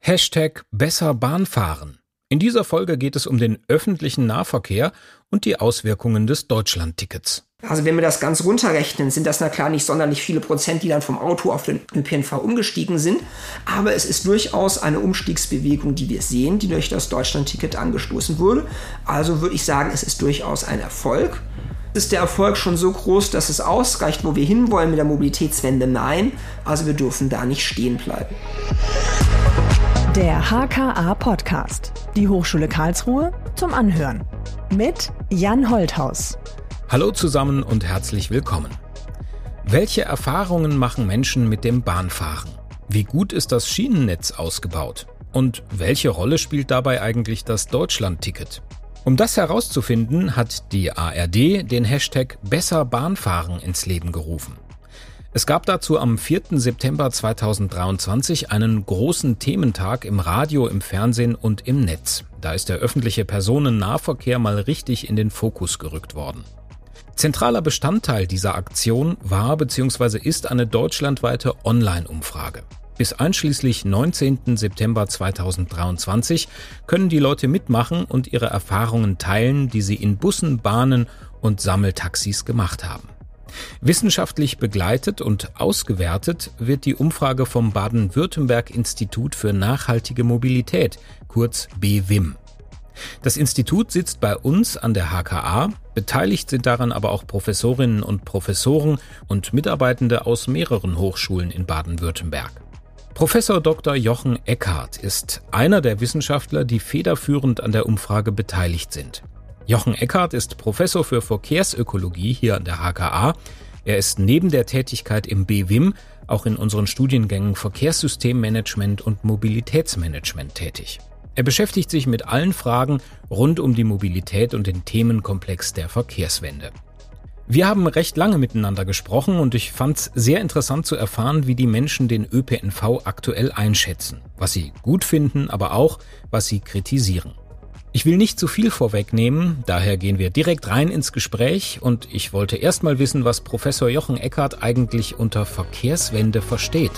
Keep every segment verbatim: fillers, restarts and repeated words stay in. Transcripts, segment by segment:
Hashtag besser Bahn fahren. In dieser Folge geht es um den öffentlichen Nahverkehr und die Auswirkungen des Deutschlandtickets. Also wenn wir das ganz runterrechnen, sind das na klar nicht sonderlich viele Prozent, die dann vom Auto auf den Ö P N V umgestiegen sind. Aber es ist durchaus eine Umstiegsbewegung, die wir sehen, die durch das Deutschlandticket angestoßen wurde. Also würde ich sagen, es ist durchaus ein Erfolg. Ist der Erfolg schon so groß, dass es ausreicht, wo wir hinwollen mit der Mobilitätswende? Nein. Also wir dürfen da nicht stehen bleiben. Der H K A-Podcast. Die Hochschule Karlsruhe zum Anhören. Mit Jan Holthaus. Hallo zusammen und herzlich willkommen. Welche Erfahrungen machen Menschen mit dem Bahnfahren? Wie gut ist das Schienennetz ausgebaut? Und welche Rolle spielt dabei eigentlich das Deutschlandticket? Um das herauszufinden, hat die A R D den Hashtag besser Bahnfahren ins Leben gerufen. Es gab dazu am vierten September zweitausenddreiundzwanzig einen großen Thementag im Radio, im Fernsehen und im Netz. Da ist der öffentliche Personennahverkehr mal richtig in den Fokus gerückt worden. Zentraler Bestandteil dieser Aktion war bzw. ist eine deutschlandweite Online-Umfrage. Bis einschließlich neunzehnten September zweitausenddreiundzwanzig können die Leute mitmachen und ihre Erfahrungen teilen, die sie in Bussen, Bahnen und Sammeltaxis gemacht haben. Wissenschaftlich begleitet und ausgewertet wird die Umfrage vom Baden-Württemberg-Institut für nachhaltige Mobilität, kurz B W I M. Das Institut sitzt bei uns an der H K A, beteiligt sind daran aber auch Professorinnen und Professoren und Mitarbeitende aus mehreren Hochschulen in Baden-Württemberg. Professor Doktor Jochen Eckhardt ist einer der Wissenschaftler, die federführend an der Umfrage beteiligt sind. Jochen Eckhardt ist Professor für Verkehrsökologie hier an der H K A. Er ist neben der Tätigkeit im B W I M auch in unseren Studiengängen Verkehrssystemmanagement und Mobilitätsmanagement tätig. Er beschäftigt sich mit allen Fragen rund um die Mobilität und den Themenkomplex der Verkehrswende. Wir haben recht lange miteinander gesprochen und ich fand es sehr interessant zu erfahren, wie die Menschen den Ö P N V aktuell einschätzen, was sie gut finden, aber auch, was sie kritisieren. Ich will nicht zu viel vorwegnehmen, daher gehen wir direkt rein ins Gespräch und ich wollte erst mal wissen, was Professor Jochen Eckhardt eigentlich unter Verkehrswende versteht.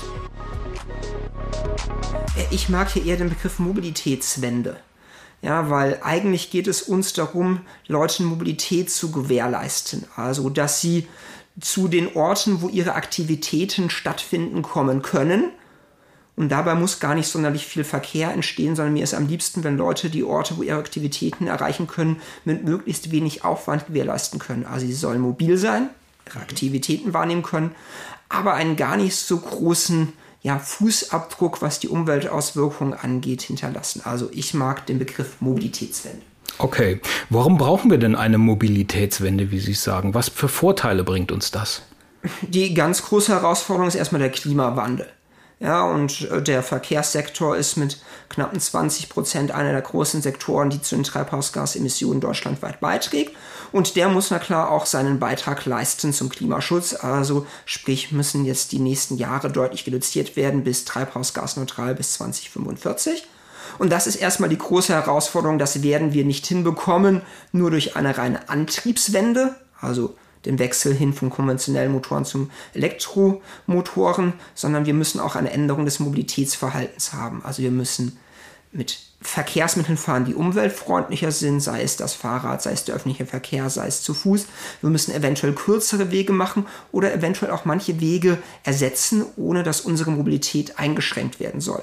Ich mag hier eher den Begriff Mobilitätswende. Ja, weil eigentlich geht es uns darum, Leuten Mobilität zu gewährleisten. Also, dass sie zu den Orten, wo ihre Aktivitäten stattfinden, kommen können. Und dabei muss gar nicht sonderlich viel Verkehr entstehen, sondern mir ist am liebsten, wenn Leute die Orte, wo ihre Aktivitäten erreichen können, mit möglichst wenig Aufwand gewährleisten können. Also sie sollen mobil sein, ihre Aktivitäten wahrnehmen können, aber einen gar nicht so großen ja, Fußabdruck, was die Umweltauswirkungen angeht, hinterlassen. Also ich mag den Begriff Mobilitätswende. Okay, warum brauchen wir denn eine Mobilitätswende, wie Sie sagen? Was für Vorteile bringt uns das? Die ganz große Herausforderung ist erstmal der Klimawandel. Ja, und der Verkehrssektor ist mit knapp zwanzig Prozent einer der großen Sektoren, die zu den Treibhausgasemissionen deutschlandweit beiträgt. Und der muss na klar auch seinen Beitrag leisten zum Klimaschutz. Also sprich müssen jetzt die nächsten Jahre deutlich reduziert werden bis treibhausgasneutral bis zwanzig fünfundvierzig. Und das ist erstmal die große Herausforderung. Das werden wir nicht hinbekommen, nur durch eine reine Antriebswende, also den Wechsel hin von konventionellen Motoren zum Elektromotoren, sondern wir müssen auch eine Änderung des Mobilitätsverhaltens haben. Also wir müssen mit Verkehrsmitteln fahren, die umweltfreundlicher sind, sei es das Fahrrad, sei es der öffentliche Verkehr, sei es zu Fuß. Wir müssen eventuell kürzere Wege machen oder eventuell auch manche Wege ersetzen, ohne dass unsere Mobilität eingeschränkt werden soll.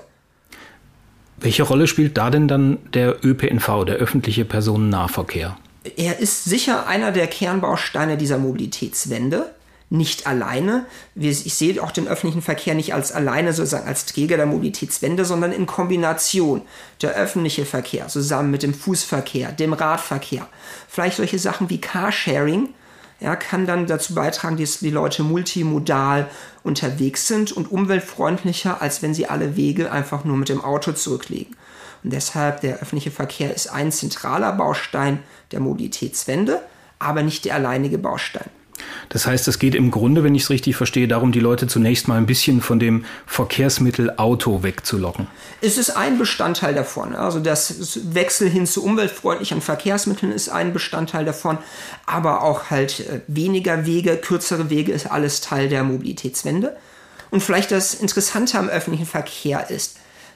Welche Rolle spielt da denn dann der Ö P N V, der öffentliche Personennahverkehr? Er ist sicher einer der Kernbausteine dieser Mobilitätswende, nicht alleine. Ich sehe auch den öffentlichen Verkehr nicht als alleine sozusagen als Träger der Mobilitätswende, sondern in Kombination. Der öffentliche Verkehr zusammen mit dem Fußverkehr, dem Radverkehr, vielleicht solche Sachen wie Carsharing, ja, kann dann dazu beitragen, dass die Leute multimodal unterwegs sind und umweltfreundlicher, als wenn sie alle Wege einfach nur mit dem Auto zurücklegen. Und deshalb, der öffentliche Verkehr ist ein zentraler Baustein der Mobilitätswende, aber nicht der alleinige Baustein. Das heißt, es geht im Grunde, wenn ich es richtig verstehe, darum, die Leute zunächst mal ein bisschen von dem Verkehrsmittel Auto wegzulocken. Es ist ein Bestandteil davon. Also das Wechsel hin zu umweltfreundlichen Verkehrsmitteln ist ein Bestandteil davon. Aber auch halt weniger Wege, kürzere Wege ist alles Teil der Mobilitätswende. Und vielleicht das Interessante am öffentlichen Verkehr ist,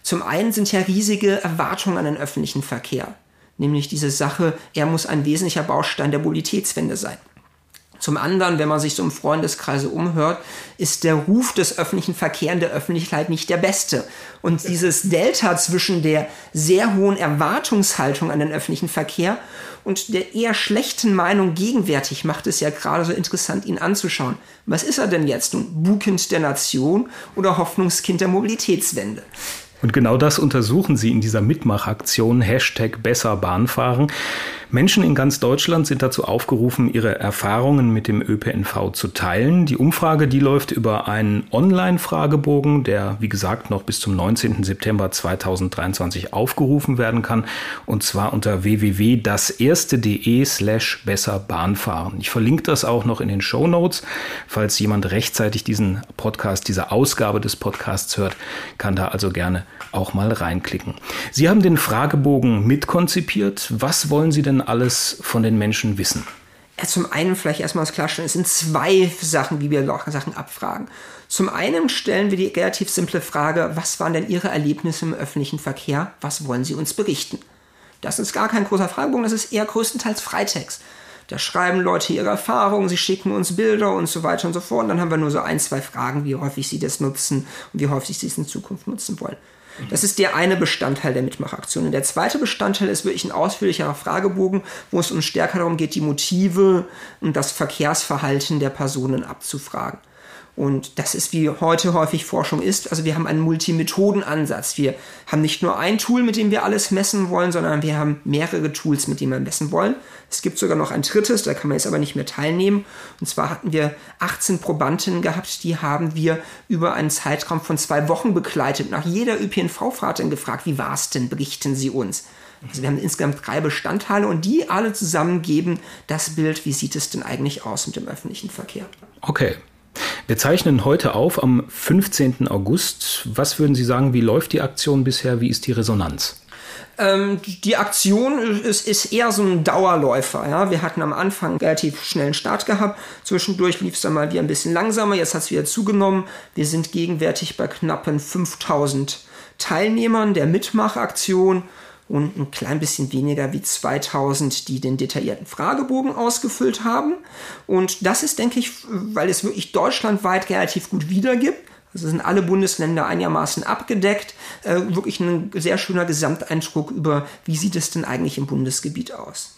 Zum einen sind ja riesige Erwartungen an den öffentlichen Verkehr, nämlich diese Sache, er muss ein wesentlicher Baustein der Mobilitätswende sein. Zum anderen, wenn man sich so im Freundeskreise umhört, ist der Ruf des öffentlichen Verkehrs in der Öffentlichkeit nicht der beste. Und dieses Delta zwischen der sehr hohen Erwartungshaltung an den öffentlichen Verkehr und der eher schlechten Meinung gegenwärtig macht es ja gerade so interessant, ihn anzuschauen. Was ist er denn jetzt nun? Buhkind der Nation oder Hoffnungskind der Mobilitätswende? Und genau das untersuchen sie in dieser Mitmachaktion Hashtag Besser Bahnfahren. Menschen in ganz Deutschland sind dazu aufgerufen, ihre Erfahrungen mit dem Ö P N V zu teilen. Die Umfrage, die läuft über einen Online-Fragebogen, der, wie gesagt, noch bis zum neunzehnten September zweitausenddreiundzwanzig aufgerufen werden kann. Und zwar unter w w w punkt das erste punkt de slash besser Bahnfahren. Ich verlinke das auch noch in den Shownotes. Falls jemand rechtzeitig diesen Podcast, diese Ausgabe des Podcasts hört, kann da also gerne auch mal reinklicken. Sie haben den Fragebogen mitkonzipiert. Was wollen Sie denn alles von den Menschen wissen? Ja, zum einen vielleicht erstmal das Klarstellen. Es sind zwei Sachen, wie wir Sachen abfragen. Zum einen stellen wir die relativ simple Frage, was waren denn Ihre Erlebnisse im öffentlichen Verkehr? Was wollen Sie uns berichten? Das ist gar kein großer Fragebogen, das ist eher größtenteils Freitext. Da schreiben Leute ihre Erfahrungen, sie schicken uns Bilder und so weiter und so fort. Und dann haben wir nur so ein, zwei Fragen, wie häufig sie das nutzen und wie häufig sie es in Zukunft nutzen wollen. Das ist der eine Bestandteil der Mitmachaktion. Und der zweite Bestandteil ist wirklich ein ausführlicherer Fragebogen, wo es uns stärker darum geht, die Motive und das Verkehrsverhalten der Personen abzufragen. Und das ist, wie heute häufig Forschung ist. Also wir haben einen Multimethodenansatz. Wir haben nicht nur ein Tool, mit dem wir alles messen wollen, sondern wir haben mehrere Tools, mit denen wir messen wollen. Es gibt sogar noch ein drittes, da kann man jetzt aber nicht mehr teilnehmen. Und zwar hatten wir achtzehn Probandinnen gehabt, die haben wir über einen Zeitraum von zwei Wochen begleitet. Nach jeder Ö P N V-Fahrt dann gefragt, wie war es denn? Berichten Sie uns. Also wir haben insgesamt drei Bestandteile und die alle zusammen geben das Bild, wie sieht es denn eigentlich aus mit dem öffentlichen Verkehr. Okay. Wir zeichnen heute auf am fünfzehnten August. Was würden Sie sagen, wie läuft die Aktion bisher? Wie ist die Resonanz? Ähm, die Aktion ist, ist eher so ein Dauerläufer. Ja? Wir hatten am Anfang einen relativ schnellen Start gehabt. Zwischendurch lief es dann mal wieder ein bisschen langsamer. Jetzt hat es wieder zugenommen. Wir sind gegenwärtig bei knappen fünftausend Teilnehmern der Mitmachaktion und ein klein bisschen weniger wie zweitausend, die den detaillierten Fragebogen ausgefüllt haben. Und das ist, denke ich, weil es wirklich deutschlandweit relativ gut wiedergibt, also sind alle Bundesländer einigermaßen abgedeckt, äh, wirklich ein sehr schöner Gesamteindruck über, wie sieht es denn eigentlich im Bundesgebiet aus.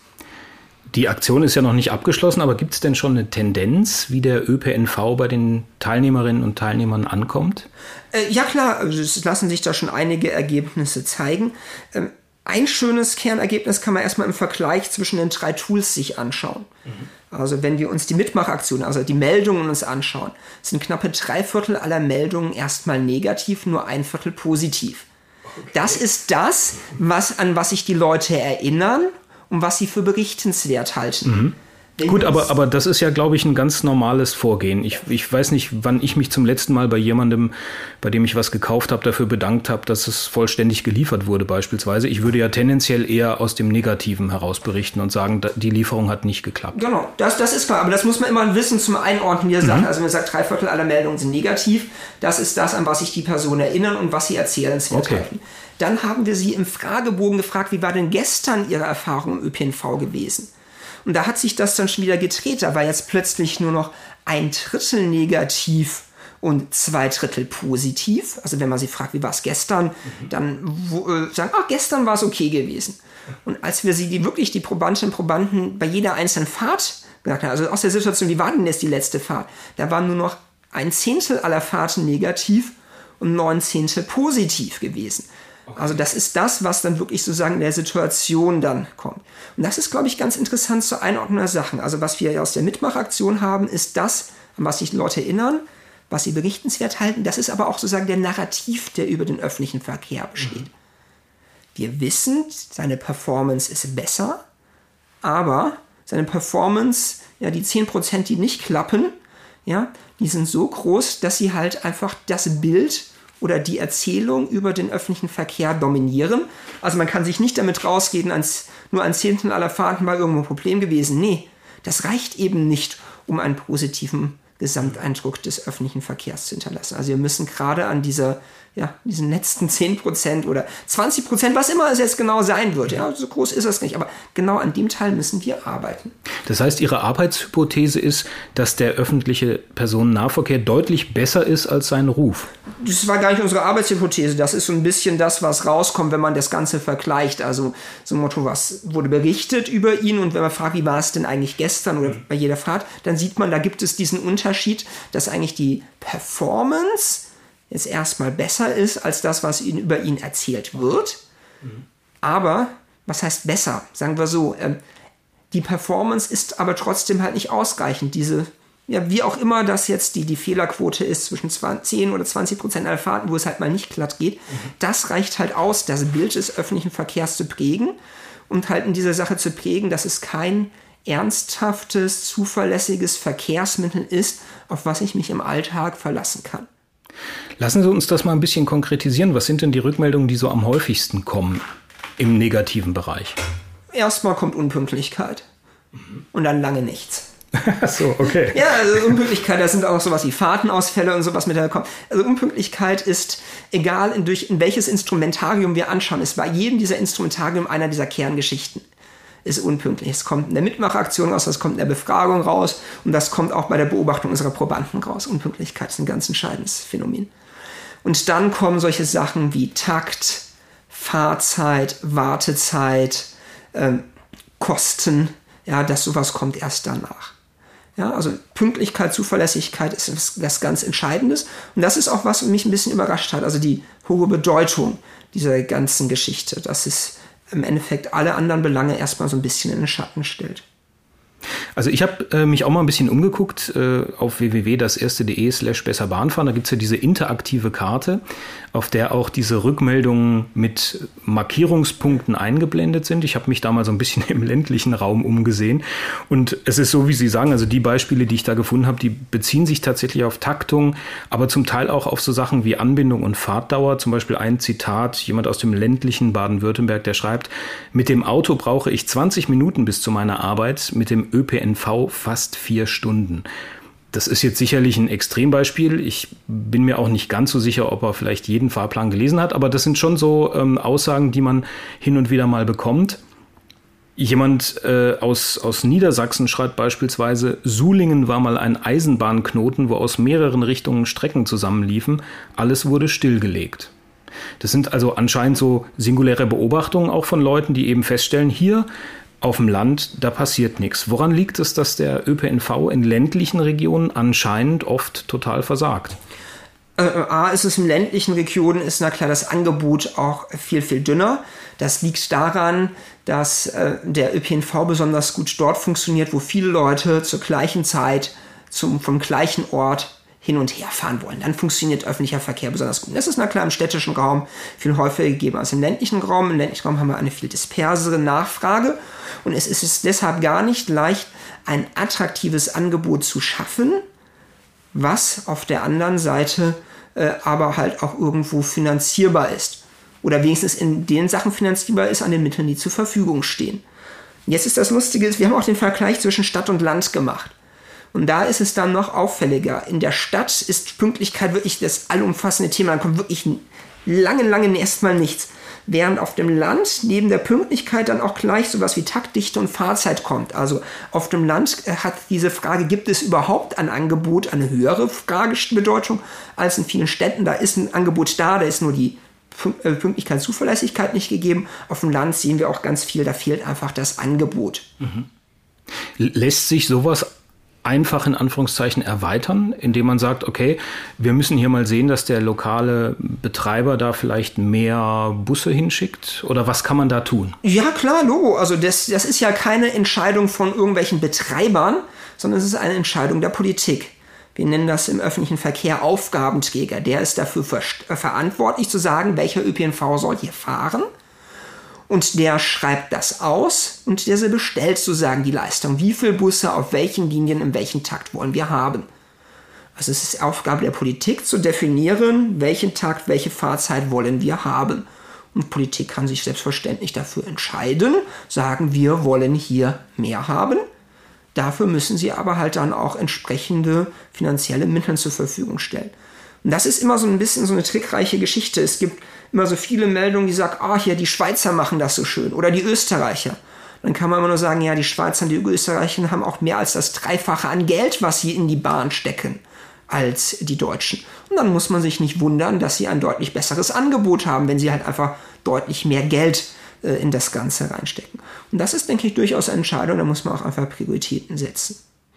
Die Aktion ist ja noch nicht abgeschlossen, aber gibt es denn schon eine Tendenz, wie der Ö P N V bei den Teilnehmerinnen und Teilnehmern ankommt? Äh, ja klar, also es lassen sich da schon einige Ergebnisse zeigen. Ähm, Ein schönes Kernergebnis kann man erstmal im Vergleich zwischen den drei Tools sich anschauen. Mhm. Also wenn wir uns die Mitmachaktion, also die Meldungen uns anschauen, sind knappe drei Viertel aller Meldungen erstmal negativ, nur ein Viertel positiv. Okay. Das ist das, was, an was sich die Leute erinnern und was sie für berichtenswert halten. Mhm. Gut, aber, aber das ist ja, glaube ich, ein ganz normales Vorgehen. Ich, ich weiß nicht, wann ich mich zum letzten Mal bei jemandem, bei dem ich was gekauft habe, dafür bedankt habe, dass es vollständig geliefert wurde beispielsweise. Ich würde ja tendenziell eher aus dem Negativen heraus berichten und sagen, die Lieferung hat nicht geklappt. Genau, das, das ist klar. Aber das muss man immer wissen zum Einordnen der Sache. Mhm. Also wenn man sagt, drei Viertel aller Meldungen sind negativ, das ist das, an was sich die Personen erinnern und was sie erzählenswert okay. halten. Dann haben wir sie im Fragebogen gefragt, wie war denn gestern Ihre Erfahrung im Ö P N V gewesen? Und da hat sich das dann schon wieder gedreht. Da war jetzt plötzlich nur noch ein Drittel negativ und zwei Drittel positiv. Also wenn man sie fragt, wie war es gestern, mhm. dann wo, äh, sagen, ach, gestern war es okay gewesen. Und als wir sie die, wirklich die Probandinnen und Probanden bei jeder einzelnen Fahrt gesagt haben, also aus der Situation, wie war denn jetzt die letzte Fahrt, da waren nur noch ein Zehntel aller Fahrten negativ und neun Zehntel positiv gewesen. Also das ist das, was dann wirklich sozusagen in der Situation dann kommt. Und das ist, glaube ich, ganz interessant zur Einordnung der Sachen. Also was wir aus der Mitmachaktion haben, ist das, an was sich die Leute erinnern, was sie berichtenswert halten. Das ist aber auch sozusagen der Narrativ, der über den öffentlichen Verkehr besteht. Mhm. Wir wissen, seine Performance ist besser, aber seine Performance, ja, die zehn Prozent, die nicht klappen, ja, die sind so groß, dass sie halt einfach das Bild oder die Erzählung über den öffentlichen Verkehr dominieren. Also man kann sich nicht damit rausgehen, als nur ein Zehntel aller Fahrten war irgendwo ein Problem gewesen. Nee, das reicht eben nicht, um einen positiven Gesamteindruck des öffentlichen Verkehrs zu hinterlassen. Also wir müssen gerade an dieser, ja, diesen letzten zehn Prozent oder zwanzig Prozent, was immer es jetzt genau sein wird, ja, so groß ist es nicht, aber genau an dem Teil müssen wir arbeiten. Das heißt, Ihre Arbeitshypothese ist, dass der öffentliche Personennahverkehr deutlich besser ist als sein Ruf? Das war gar nicht unsere Arbeitshypothese, das ist so ein bisschen das, was rauskommt, wenn man das Ganze vergleicht. Also so ein Motto, was wurde berichtet über ihn, und wenn man fragt, wie war es denn eigentlich gestern oder bei jeder Fahrt, dann sieht man, da gibt es diesen Unterschied, dass eigentlich die Performance jetzt erstmal besser ist als das, was ihn, über ihn erzählt wird. Mhm. Aber, was heißt besser? Sagen wir so, ähm, die Performance ist aber trotzdem halt nicht ausreichend. Diese, ja, wie auch immer das jetzt die, die Fehlerquote ist zwischen zehn oder zwanzig Prozent aller Fahrten, wo es halt mal nicht glatt geht, mhm. das reicht halt aus, das Bild des öffentlichen Verkehrs zu prägen und halt in dieser Sache zu prägen, dass es kein ernsthaftes, zuverlässiges Verkehrsmittel ist, auf was ich mich im Alltag verlassen kann. Lassen Sie uns das mal ein bisschen konkretisieren. Was sind denn die Rückmeldungen, die so am häufigsten kommen im negativen Bereich? Erstmal kommt Unpünktlichkeit mhm. und dann lange nichts. Ach so, okay. Ja, also Unpünktlichkeit, da sind auch sowas wie Fahrtenausfälle und sowas mit dazu. Also Unpünktlichkeit ist, egal in, durch, in welches Instrumentarium wir anschauen, ist bei jedem dieser Instrumentarium einer dieser Kerngeschichten. Ist unpünktlich. Es kommt in der Mitmachaktion raus, das kommt in der Befragung raus und das kommt auch bei der Beobachtung unserer Probanden raus. Unpünktlichkeit ist ein ganz entscheidendes Phänomen. Und dann kommen solche Sachen wie Takt, Fahrzeit, Wartezeit, ähm, Kosten, ja, dass sowas kommt erst danach. Ja, also Pünktlichkeit, Zuverlässigkeit ist was, was ganz Entscheidendes. Und das ist auch, was mich ein bisschen überrascht hat, also die hohe Bedeutung dieser ganzen Geschichte, dass es im Endeffekt alle anderen Belange erstmal so ein bisschen in den Schatten stellt. Also ich habe äh, mich auch mal ein bisschen umgeguckt äh, auf w w w punkt das erste punkt de slash besser Bahnfahren. Da gibt es ja diese interaktive Karte, auf der auch diese Rückmeldungen mit Markierungspunkten eingeblendet sind. Ich habe mich da mal so ein bisschen im ländlichen Raum umgesehen. Und es ist so, wie Sie sagen, also die Beispiele, die ich da gefunden habe, die beziehen sich tatsächlich auf Taktung, aber zum Teil auch auf so Sachen wie Anbindung und Fahrtdauer. Zum Beispiel ein Zitat, jemand aus dem ländlichen Baden-Württemberg, der schreibt: Mit dem Auto brauche ich zwanzig Minuten bis zu meiner Arbeit, mit dem Ö P N V fast vier Stunden. Das ist jetzt sicherlich ein Extrembeispiel. Ich bin mir auch nicht ganz so sicher, ob er vielleicht jeden Fahrplan gelesen hat, aber das sind schon so ähm, Aussagen, die man hin und wieder mal bekommt. Jemand äh, aus, aus Niedersachsen schreibt beispielsweise: Sulingen war mal ein Eisenbahnknoten, wo aus mehreren Richtungen Strecken zusammenliefen. Alles wurde stillgelegt. Das sind also anscheinend so singuläre Beobachtungen auch von Leuten, die eben feststellen, hier auf dem Land, da passiert nichts. Woran liegt es, dass der Ö P N V in ländlichen Regionen anscheinend oft total versagt? Äh, A, ist es in ländlichen Regionen, ist na klar das Angebot auch viel, viel dünner. Das liegt daran, dass äh, der Ö P N V besonders gut dort funktioniert, wo viele Leute zur gleichen Zeit zum, vom gleichen Ort hin und her fahren wollen. Dann funktioniert öffentlicher Verkehr besonders gut. Das ist na klar im städtischen Raum viel häufiger gegeben als im ländlichen Raum. Im ländlichen Raum haben wir eine viel dispersere Nachfrage und es ist deshalb gar nicht leicht, ein attraktives Angebot zu schaffen, was auf der anderen Seite äh, aber halt auch irgendwo finanzierbar ist. Oder wenigstens in den Sachen finanzierbar ist an den Mitteln, die zur Verfügung stehen. Jetzt ist das Lustige, wir haben auch den Vergleich zwischen Stadt und Land gemacht. Und da ist es dann noch auffälliger. In der Stadt ist Pünktlichkeit wirklich das allumfassende Thema. Da kommt wirklich lange, lange erstmal nichts. Während auf dem Land neben der Pünktlichkeit dann auch gleich sowas wie Taktdichte und Fahrzeit kommt. Also auf dem Land hat diese Frage, gibt es überhaupt ein Angebot, eine höhere Fragebedeutung als in vielen Städten. Da ist ein Angebot da, da ist nur die Pünktlichkeit, Zuverlässigkeit nicht gegeben. Auf dem Land sehen wir auch ganz viel, da fehlt einfach das Angebot. Mhm. Lässt sich sowas einfach in Anführungszeichen erweitern, indem man sagt, okay, wir müssen hier mal sehen, dass der lokale Betreiber da vielleicht mehr Busse hinschickt? Oder was kann man da tun? Ja, klar, Logo. Also das, das ist ja keine Entscheidung von irgendwelchen Betreibern, sondern es ist eine Entscheidung der Politik. Wir nennen das im öffentlichen Verkehr Aufgabenträger. Der ist dafür ver- verantwortlich zu sagen, welcher Ö P N V soll hier fahren. Und der schreibt das aus und der bestellt sozusagen die Leistung. Wie viele Busse auf welchen Linien, in welchem Takt wollen wir haben? Also es ist Aufgabe der Politik zu definieren, welchen Takt, welche Fahrzeit wollen wir haben. Und Politik kann sich selbstverständlich dafür entscheiden, sagen wir wollen hier mehr haben. Dafür müssen sie aber halt dann auch entsprechende finanzielle Mittel zur Verfügung stellen. Und das ist immer so ein bisschen so eine trickreiche Geschichte. Es gibt immer so viele Meldungen, die sagen, ah, hier, die Schweizer machen das so schön oder die Österreicher. Dann kann man immer nur sagen, ja, die Schweizer und die Österreicher haben auch mehr als das Dreifache an Geld, was sie in die Bahn stecken, als die Deutschen. Und dann muss man sich nicht wundern, dass sie ein deutlich besseres Angebot haben, wenn sie halt einfach deutlich mehr Geld äh, in das Ganze reinstecken. Und das ist, denke ich, durchaus eine Entscheidung, da muss man auch einfach Prioritäten setzen.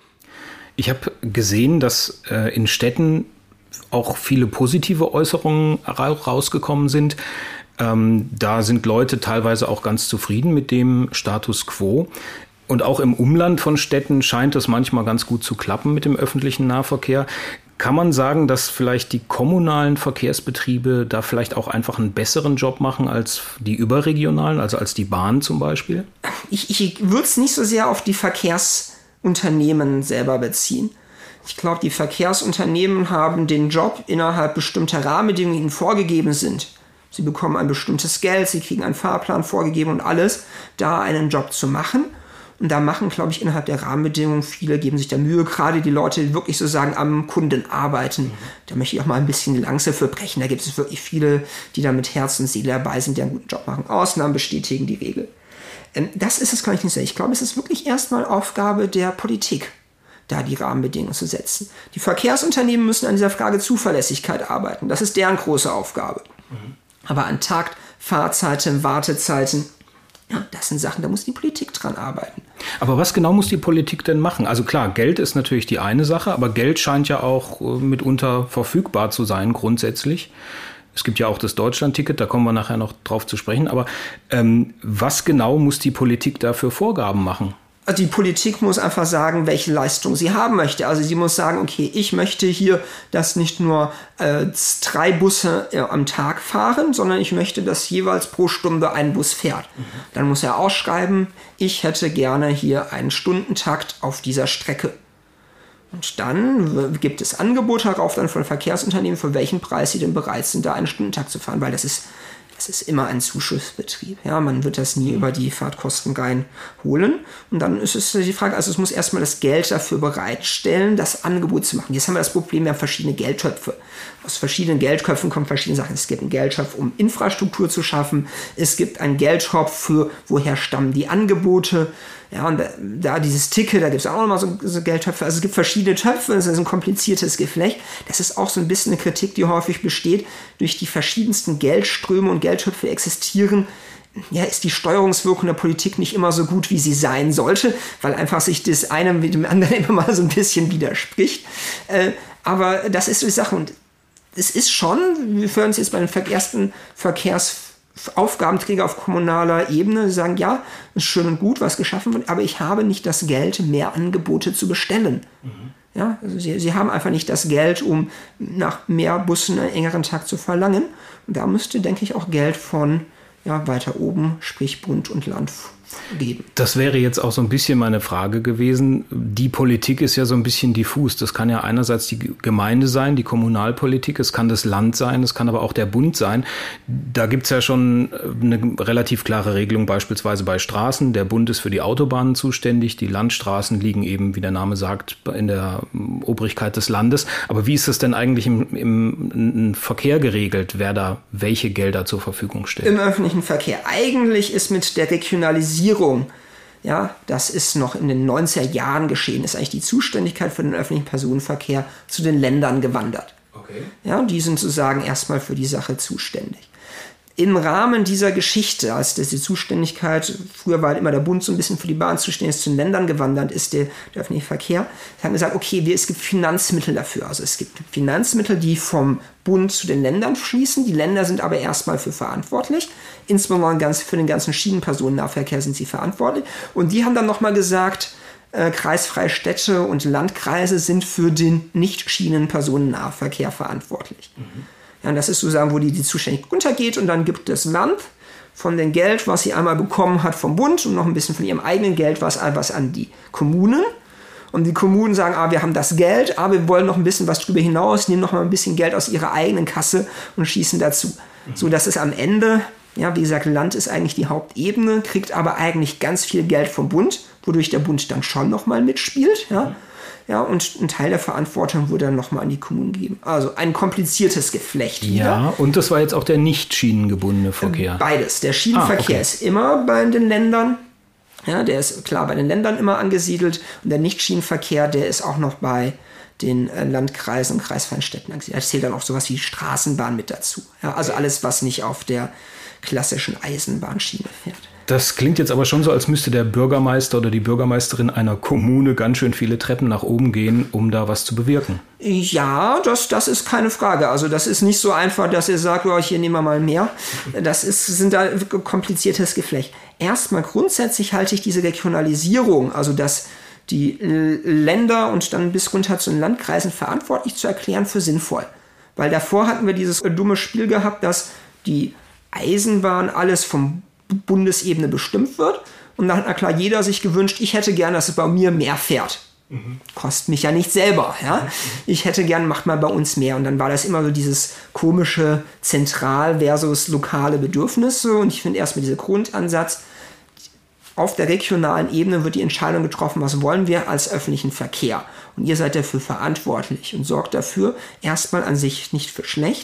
Ich habe gesehen, dass äh, in Städten auch viele positive Äußerungen rausgekommen sind. Ähm, da sind Leute teilweise auch ganz zufrieden mit dem Status quo. Und auch im Umland von Städten scheint es manchmal ganz gut zu klappen mit dem öffentlichen Nahverkehr. Kann man sagen, dass vielleicht die kommunalen Verkehrsbetriebe da vielleicht auch einfach einen besseren Job machen als die überregionalen, also als die Bahn zum Beispiel? Ich, ich würde es nicht so sehr auf die Verkehrsunternehmen selber beziehen. Ich glaube, die Verkehrsunternehmen haben den Job innerhalb bestimmter Rahmenbedingungen, die ihnen vorgegeben sind. Sie bekommen ein bestimmtes Geld, sie kriegen einen Fahrplan vorgegeben und alles, da einen Job zu machen. Und da machen, glaube ich, innerhalb der Rahmenbedingungen viele, geben sich da Mühe, gerade die Leute, die wirklich sozusagen am Kunden arbeiten. Mhm. Da möchte ich auch mal ein bisschen die Lanze für brechen. Da gibt es wirklich viele, die da mit Herz und Seele dabei sind, die einen guten Job machen. Ausnahmen bestätigen die Regel. Ähm, das ist es, glaube ich, nicht so. Ich glaube, es ist wirklich erstmal Aufgabe der Politik, da die Rahmenbedingungen zu setzen. Die Verkehrsunternehmen müssen an dieser Frage Zuverlässigkeit arbeiten. Das ist deren große Aufgabe. Mhm. Aber an Takt, Fahrzeiten, Wartezeiten, ja, das sind Sachen, da muss die Politik dran arbeiten. Aber was genau muss die Politik denn machen? Also klar, Geld ist natürlich die eine Sache, aber Geld scheint ja auch mitunter verfügbar zu sein, grundsätzlich. Es gibt ja auch das Deutschland-Ticket, da kommen wir nachher noch drauf zu sprechen. Aber ähm, was genau muss die Politik da für Vorgaben machen? Die Politik muss einfach sagen, welche Leistung sie haben möchte. Also sie muss sagen, okay, ich möchte hier, dass nicht nur äh, drei Busse äh, am Tag fahren, sondern ich möchte, dass jeweils pro Stunde ein Bus fährt. Mhm. Dann muss er ausschreiben, ich hätte gerne hier einen Stundentakt auf dieser Strecke. Und dann gibt es Angebote darauf dann von Verkehrsunternehmen, für welchen Preis sie denn bereit sind, da einen Stundentakt zu fahren, weil das ist Das ist immer ein Zuschussbetrieb. Ja, man wird das nie über die Fahrtkosten reinholen. Und dann ist es die Frage, also es muss erstmal das Geld dafür bereitstellen, das Angebot zu machen. Jetzt haben wir das Problem, wir haben verschiedene Geldtöpfe. Aus verschiedenen Geldtöpfen kommen verschiedene Sachen. Es gibt einen Geldtopf, um Infrastruktur zu schaffen. Es gibt einen Geldtopf für, woher stammen die Angebote. Ja, und da, da dieses Ticket, da gibt es auch nochmal so, so Geldtöpfe. Also es gibt verschiedene Töpfe, das ist ein kompliziertes Geflecht. Das ist auch so ein bisschen eine Kritik, die häufig besteht. Durch die verschiedensten Geldströme und Geldtöpfe existieren, ja, ist die Steuerungswirkung der Politik nicht immer so gut, wie sie sein sollte, weil einfach sich das eine mit dem anderen immer mal so ein bisschen widerspricht. Äh, aber das ist so die Sache. Und es ist schon, wir führen uns jetzt bei den ersten Verkehrsaufgabenträger auf kommunaler Ebene, die sagen, ja, ist schön und gut, was geschaffen wird, aber ich habe nicht das Geld, mehr Angebote zu bestellen. Mhm. Ja, also sie, sie haben einfach nicht das Geld, um nach mehr Bussen einen engeren Takt zu verlangen. Und da müsste, denke ich, auch Geld von ja, weiter oben, sprich Bund und Land, geben. Das wäre jetzt auch so ein bisschen meine Frage gewesen. Die Politik ist ja so ein bisschen diffus. Das kann ja einerseits die Gemeinde sein, die Kommunalpolitik, es kann das Land sein, es kann aber auch der Bund sein. Da gibt es ja schon eine relativ klare Regelung, beispielsweise bei Straßen. Der Bund ist für die Autobahnen zuständig, die Landstraßen liegen eben, wie der Name sagt, in der Obrigkeit des Landes. Aber wie ist das denn eigentlich im, im, im Verkehr geregelt, wer da welche Gelder zur Verfügung stellt? Im öffentlichen Verkehr. Eigentlich ist mit der Regionalisierung Ja, das ist noch in den neunziger Jahren geschehen, ist eigentlich die Zuständigkeit für den öffentlichen Personenverkehr zu den Ländern gewandert. Okay. Ja, die sind sozusagen erstmal für die Sache zuständig. Im Rahmen dieser Geschichte, als diese Zuständigkeit, früher war halt immer der Bund so ein bisschen für die Bahn zuständig, ist zu den Ländern gewandert ist, der, der öffentliche Verkehr, haben gesagt, okay, wir, es gibt Finanzmittel dafür. Also es gibt Finanzmittel, die vom Bund zu den Ländern fließen. Die Länder sind aber erstmal für verantwortlich. Insbesondere ganz, für den ganzen Schienenpersonennahverkehr sind sie verantwortlich. Und die haben dann nochmal gesagt, äh, kreisfreie Städte und Landkreise sind für den Nicht-Schienen-Personennahverkehr verantwortlich. Mhm. Ja, und das ist sozusagen, wo die, die Zuständigkeit runtergeht. Und dann gibt das Land von dem Geld, was sie einmal bekommen hat vom Bund und noch ein bisschen von ihrem eigenen Geld, was, was an die Kommunen. Und die Kommunen sagen, ah, wir haben das Geld, aber wir wollen noch ein bisschen was drüber hinaus, nehmen noch mal ein bisschen Geld aus ihrer eigenen Kasse und schießen dazu. Mhm. So dass es am Ende, ja, wie gesagt, Land ist eigentlich die Hauptebene, kriegt aber eigentlich ganz viel Geld vom Bund, wodurch der Bund dann schon nochmal mitspielt. Ja? Ja, und ein Teil der Verantwortung wurde dann nochmal an die Kommunen gegeben. Also ein kompliziertes Geflecht wieder. Ja, und das war jetzt auch der nicht schienengebundene Verkehr. Beides. Der Schienenverkehr ah, okay. ist immer bei den Ländern. Ja, der ist klar bei den Ländern immer angesiedelt. Und der Nicht-Schienenverkehr, der ist auch noch bei den äh, Landkreisen und kreisfreien Städten angesiedelt. Da zählt dann auch sowas wie Straßenbahn mit dazu. Ja, also alles, was nicht auf der klassischen Eisenbahnschiene fährt. Das klingt jetzt aber schon so, als müsste der Bürgermeister oder die Bürgermeisterin einer Kommune ganz schön viele Treppen nach oben gehen, um da was zu bewirken. Ja, das, das ist keine Frage. Also das ist nicht so einfach, dass ihr sagt, oh, hier nehmen wir mal mehr. Das ist, sind da kompliziertes Geflecht. Erstmal grundsätzlich halte ich diese Regionalisierung, also dass die Länder und dann bis runter zu den Landkreisen verantwortlich zu erklären, für sinnvoll. Weil davor hatten wir dieses dumme Spiel gehabt, dass die Eisenbahn alles vom Bundesebene bestimmt wird. Und dann hat na klar jeder sich gewünscht, ich hätte gern, dass es bei mir mehr fährt. Mhm. Kostet mich ja nicht selber. Ja? Ich hätte gern, macht mal bei uns mehr. Und dann war das immer so dieses komische zentral versus lokale Bedürfnisse. Und ich finde erstmal dieser Grundansatz, auf der regionalen Ebene wird die Entscheidung getroffen, was wollen wir als öffentlichen Verkehr. Und ihr seid dafür verantwortlich und sorgt dafür erstmal an sich nicht für schlecht.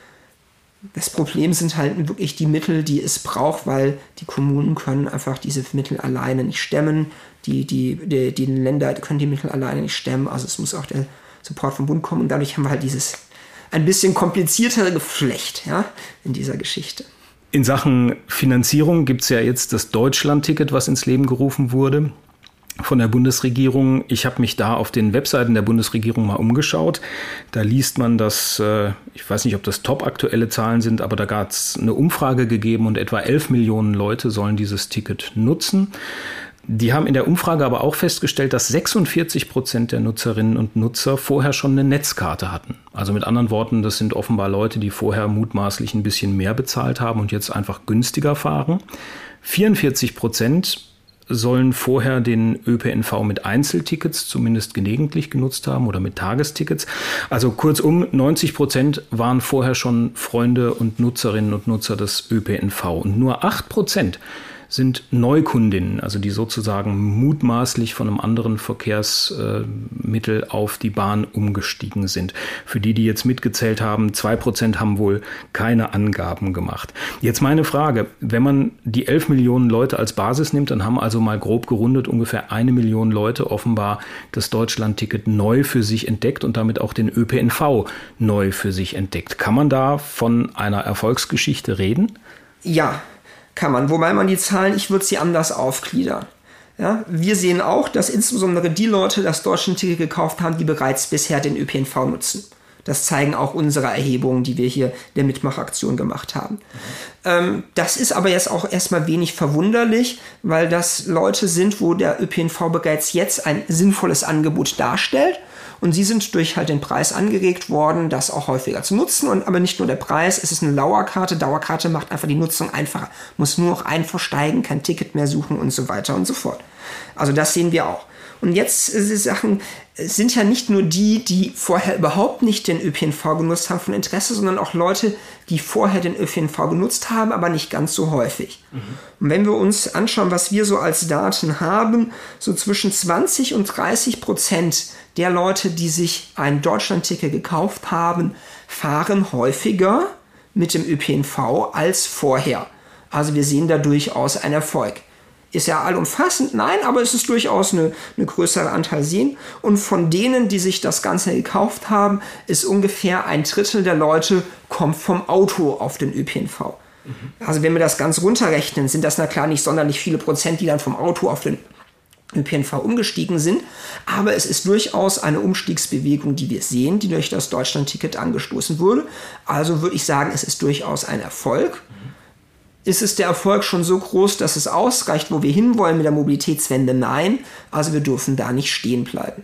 Das Problem sind halt wirklich die Mittel, die es braucht, weil die Kommunen können einfach diese Mittel alleine nicht stemmen. Die, die, die, die Länder können die Mittel alleine nicht stemmen. Also es muss auch der Support vom Bund kommen. Und dadurch haben wir halt dieses ein bisschen kompliziertere Geflecht, ja, in dieser Geschichte. In Sachen Finanzierung gibt es ja jetzt das Deutschland-Ticket, was ins Leben gerufen wurde von der Bundesregierung. Ich habe mich da auf den Webseiten der Bundesregierung mal umgeschaut. Da liest man, dass, äh, ich weiß nicht, ob das top-aktuelle Zahlen sind, aber da gab es eine Umfrage gegeben und etwa elf Millionen Leute sollen dieses Ticket nutzen. Die haben in der Umfrage aber auch festgestellt, dass sechsundvierzig Prozent der Nutzerinnen und Nutzer vorher schon eine Netzkarte hatten. Also mit anderen Worten, das sind offenbar Leute, die vorher mutmaßlich ein bisschen mehr bezahlt haben und jetzt einfach günstiger fahren. vierundvierzig Prozent sollen vorher den Ö P N V mit Einzeltickets zumindest gelegentlich genutzt haben oder mit Tagestickets. Also kurzum, neunzig Prozent waren vorher schon Freunde und Nutzerinnen und Nutzer des Ö P N V. Und nur acht Prozent sind Neukundinnen, also die sozusagen mutmaßlich von einem anderen Verkehrsmittel auf die Bahn umgestiegen sind. Für die, die jetzt mitgezählt haben, zwei Prozent haben wohl keine Angaben gemacht. Jetzt meine Frage, wenn man die elf Millionen Leute als Basis nimmt, dann haben also mal grob gerundet ungefähr eine Million Leute offenbar das Deutschland-Ticket neu für sich entdeckt und damit auch den Ö P N V neu für sich entdeckt. Kann man da von einer Erfolgsgeschichte reden? Ja, kann man, wobei man die Zahlen, ich würde sie anders aufgliedern. Ja, wir sehen auch, dass insbesondere die Leute das Deutschland-Ticket gekauft haben, die bereits bisher den Ö P N V nutzen. Das zeigen auch unsere Erhebungen, die wir hier der Mitmachaktion gemacht haben. Mhm. Ähm, das ist aber jetzt auch erstmal wenig verwunderlich, weil das Leute sind, wo der Ö P N V bereits jetzt ein sinnvolles Angebot darstellt. Und sie sind durch halt den Preis angeregt worden, das auch häufiger zu nutzen. Und aber nicht nur der Preis, es ist eine Dauerkarte. Dauerkarte macht einfach die Nutzung einfacher. Muss nur noch einversteigen, kein Ticket mehr suchen und so weiter und so fort. Also das sehen wir auch. Und jetzt äh, Sachen sind ja nicht nur die, die vorher überhaupt nicht den Ö P N V genutzt haben von Interesse, sondern auch Leute, die vorher den Ö P N V genutzt haben, aber nicht ganz so häufig. Mhm. Und wenn wir uns anschauen, was wir so als Daten haben, so zwischen zwanzig und dreißig Prozent der Leute, die sich ein Deutschland-Ticket gekauft haben, fahren häufiger mit dem Ö P N V als vorher. Also wir sehen da durchaus einen Erfolg. Ist ja allumfassend, nein, aber es ist durchaus eine, eine größere Anteil sehen. Und von denen, die sich das Ganze gekauft haben, ist ungefähr ein Drittel der Leute kommt vom Auto auf den Ö P N V. Mhm. Also wenn wir das ganz runterrechnen, sind das na klar nicht sonderlich viele Prozent, die dann vom Auto auf den Ö P N V umgestiegen sind. Aber es ist durchaus eine Umstiegsbewegung, die wir sehen, die durch das Deutschland-Ticket angestoßen wurde. Also würde ich sagen, es ist durchaus ein Erfolg. Mhm. Ist es der Erfolg schon so groß, dass es ausreicht, wo wir hinwollen mit der Mobilitätswende? Nein, also wir dürfen da nicht stehen bleiben.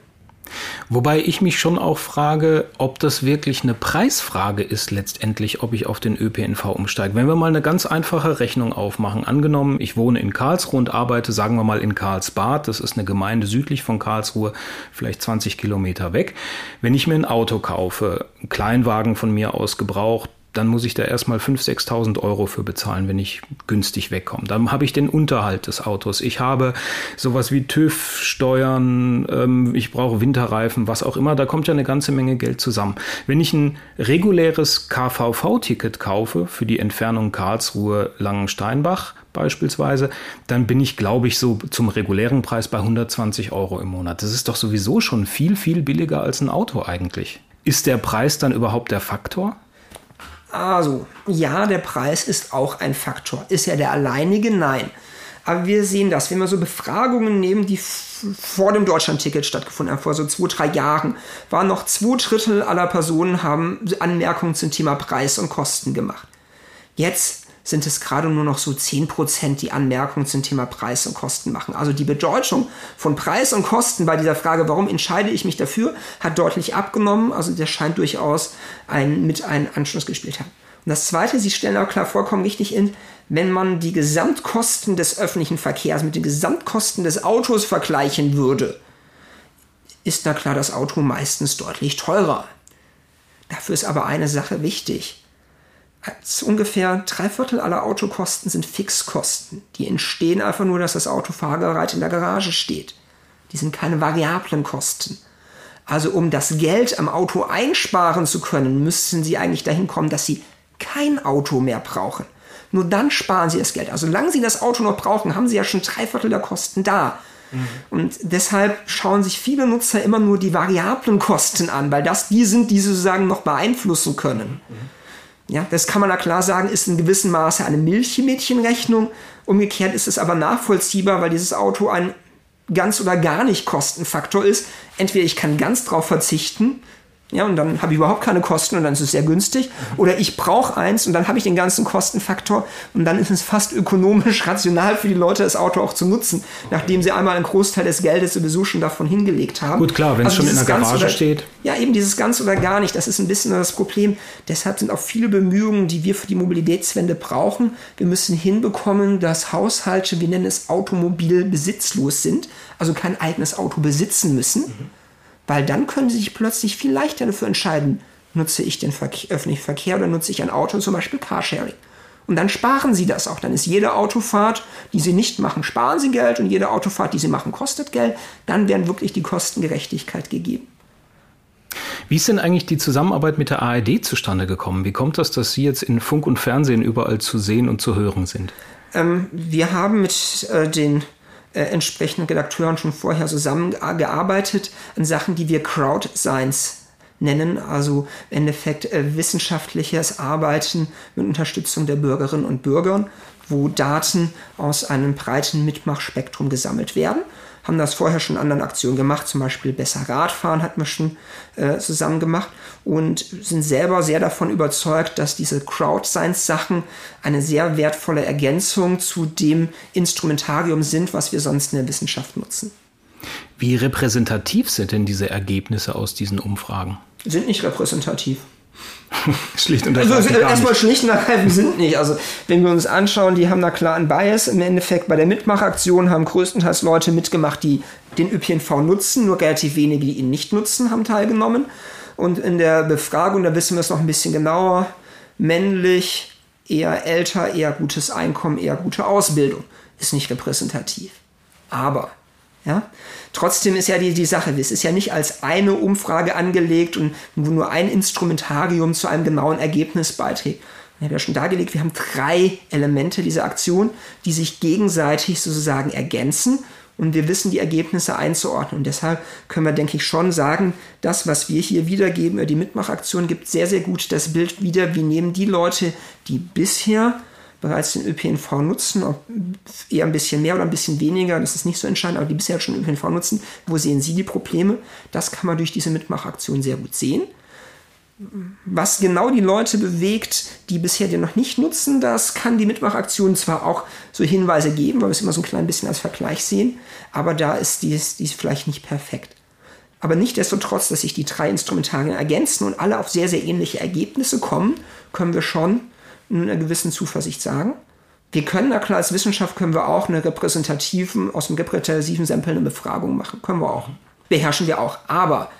Wobei ich mich schon auch frage, ob das wirklich eine Preisfrage ist letztendlich, ob ich auf den Ö P N V umsteige. Wenn wir mal eine ganz einfache Rechnung aufmachen, angenommen, ich wohne in Karlsruhe und arbeite, sagen wir mal, in Karlsbad, das ist eine Gemeinde südlich von Karlsruhe, vielleicht zwanzig Kilometer weg. Wenn ich mir ein Auto kaufe, einen Kleinwagen von mir aus gebraucht, dann muss ich da erstmal fünftausend, sechstausend Euro für bezahlen, wenn ich günstig wegkomme. Dann habe ich den Unterhalt des Autos. Ich habe sowas wie TÜV, Steuern, ähm, ich brauche Winterreifen, was auch immer. Da kommt ja eine ganze Menge Geld zusammen. Wenn ich ein reguläres K V V-Ticket kaufe für die Entfernung Karlsruhe-Langensteinbach beispielsweise, dann bin ich, glaube ich, so zum regulären Preis bei hundertzwanzig Euro im Monat. Das ist doch sowieso schon viel, viel billiger als ein Auto eigentlich. Ist der Preis dann überhaupt der Faktor? Also, ja, der Preis ist auch ein Faktor. Ist er der alleinige? Nein. Aber wir sehen das, wenn wir so Befragungen nehmen, die f- vor dem Deutschlandticket stattgefunden haben, vor so zwei, drei Jahren, waren noch zwei Drittel aller Personen haben Anmerkungen zum Thema Preis und Kosten gemacht. Jetzt sind es gerade nur noch so zehn Prozent, die Anmerkungen zum Thema Preis und Kosten machen. Also die Bedeutung von Preis und Kosten bei dieser Frage, warum entscheide ich mich dafür, hat deutlich abgenommen. Also der scheint durchaus ein, mit einen Anschluss gespielt haben. Und das Zweite, Sie stellen auch klar vollkommen richtig in, wenn man die Gesamtkosten des öffentlichen Verkehrs mit den Gesamtkosten des Autos vergleichen würde, ist na klar das Auto meistens deutlich teurer. Dafür ist aber eine Sache wichtig. Also ungefähr drei Viertel aller Autokosten sind Fixkosten. Die entstehen einfach nur, dass das Auto fahrbereit in der Garage steht. Die sind keine variablen Kosten. Also um das Geld am Auto einsparen zu können, müssten Sie eigentlich dahin kommen, dass Sie kein Auto mehr brauchen. Nur dann sparen Sie das Geld. Also solange Sie das Auto noch brauchen, haben Sie ja schon drei Viertel der Kosten da. Mhm. Und deshalb schauen sich viele Nutzer immer nur die variablen Kosten an, weil das die sind, die Sie sozusagen noch beeinflussen können. Mhm. Ja, das kann man da klar sagen, ist in gewissem Maße eine Milchmädchenrechnung. Umgekehrt ist es aber nachvollziehbar, weil dieses Auto ein ganz oder gar nicht Kostenfaktor ist. Entweder ich kann ganz drauf verzichten, ja, und dann habe ich überhaupt keine Kosten und dann ist es sehr günstig. Mhm. Oder ich brauche eins und dann habe ich den ganzen Kostenfaktor und dann ist es fast ökonomisch rational für die Leute, das Auto auch zu nutzen, okay, nachdem sie einmal einen Großteil des Geldes sowieso schon davon hingelegt haben. Gut, klar, wenn also es schon in der Garage oder, steht. Ja, eben dieses ganz oder gar nicht, das ist ein bisschen das Problem. Deshalb sind auch viele Bemühungen, die wir für die Mobilitätswende brauchen. Wir müssen hinbekommen, dass Haushalte, wir nennen es automobil besitzlos sind, also kein eigenes Auto besitzen müssen. Mhm. Weil dann können sie sich plötzlich viel leichter dafür entscheiden, nutze ich den Verkehr, öffentlichen Verkehr oder nutze ich ein Auto, zum Beispiel Carsharing. Und dann sparen sie das auch. Dann ist jede Autofahrt, die sie nicht machen, sparen sie Geld und jede Autofahrt, die sie machen, kostet Geld. Dann werden wirklich die Kostengerechtigkeit gegeben. Wie ist denn eigentlich die Zusammenarbeit mit der A R D zustande gekommen? Wie kommt das, dass Sie jetzt in Funk und Fernsehen überall zu sehen und zu hören sind? Ähm, wir haben mit äh, den Äh, entsprechenden Redakteuren schon vorher zusammengearbeitet an Sachen, die wir Crowd Science nennen, also im Endeffekt äh, wissenschaftliches Arbeiten mit Unterstützung der Bürgerinnen und Bürger, wo Daten aus einem breiten Mitmachspektrum gesammelt werden. Haben das vorher schon in anderen Aktionen gemacht, zum Beispiel Besser Radfahren hatten wir schon äh, zusammen gemacht und sind selber sehr davon überzeugt, dass diese Crowd-Science-Sachen eine sehr wertvolle Ergänzung zu dem Instrumentarium sind, was wir sonst in der Wissenschaft nutzen. Wie repräsentativ sind denn diese Ergebnisse aus diesen Umfragen? Sind nicht repräsentativ. Schlicht und ergreifend. Also erstmal schlicht und ergreifend sind nicht. Also wenn wir uns anschauen, die haben da klar einen Bias. Im Endeffekt bei der Mitmachaktion haben größtenteils Leute mitgemacht, die den Ö P N V nutzen. Nur relativ wenige, die ihn nicht nutzen, haben teilgenommen. Und in der Befragung, da wissen wir es noch ein bisschen genauer, männlich, eher älter, eher gutes Einkommen, eher gute Ausbildung. Ist nicht repräsentativ. Aber ja, trotzdem ist ja die, die Sache, es ist ja nicht als eine Umfrage angelegt und wo nur ein Instrumentarium zu einem genauen Ergebnis beiträgt. Ich habe ja schon dargelegt, wir haben drei Elemente dieser Aktion, die sich gegenseitig sozusagen ergänzen und wir wissen die Ergebnisse einzuordnen. Und deshalb können wir, denke ich, schon sagen, das, was wir hier wiedergeben über die Mitmachaktion, gibt sehr, sehr gut das Bild wieder, wie nehmen die Leute, die bisher bereits den Ö P N V nutzen, ob eher ein bisschen mehr oder ein bisschen weniger, das ist nicht so entscheidend, aber die bisher schon Ö P N V nutzen, wo sehen sie die Probleme? Das kann man durch diese Mitmachaktion sehr gut sehen. Was genau die Leute bewegt, die bisher den noch nicht nutzen, das kann die Mitmachaktion zwar auch so Hinweise geben, weil wir es immer so ein klein bisschen als Vergleich sehen, aber da ist die, die ist vielleicht nicht perfekt. Aber nichtsdestotrotz, dass sich die drei Instrumentarien ergänzen und alle auf sehr, sehr ähnliche Ergebnisse kommen, können wir schon in einer gewissen Zuversicht sagen. Wir können, na klar, als Wissenschaft können wir auch eine repräsentativen, aus dem repräsentativen Sample eine Befragung machen. Können wir auch. Beherrschen wir auch. Aber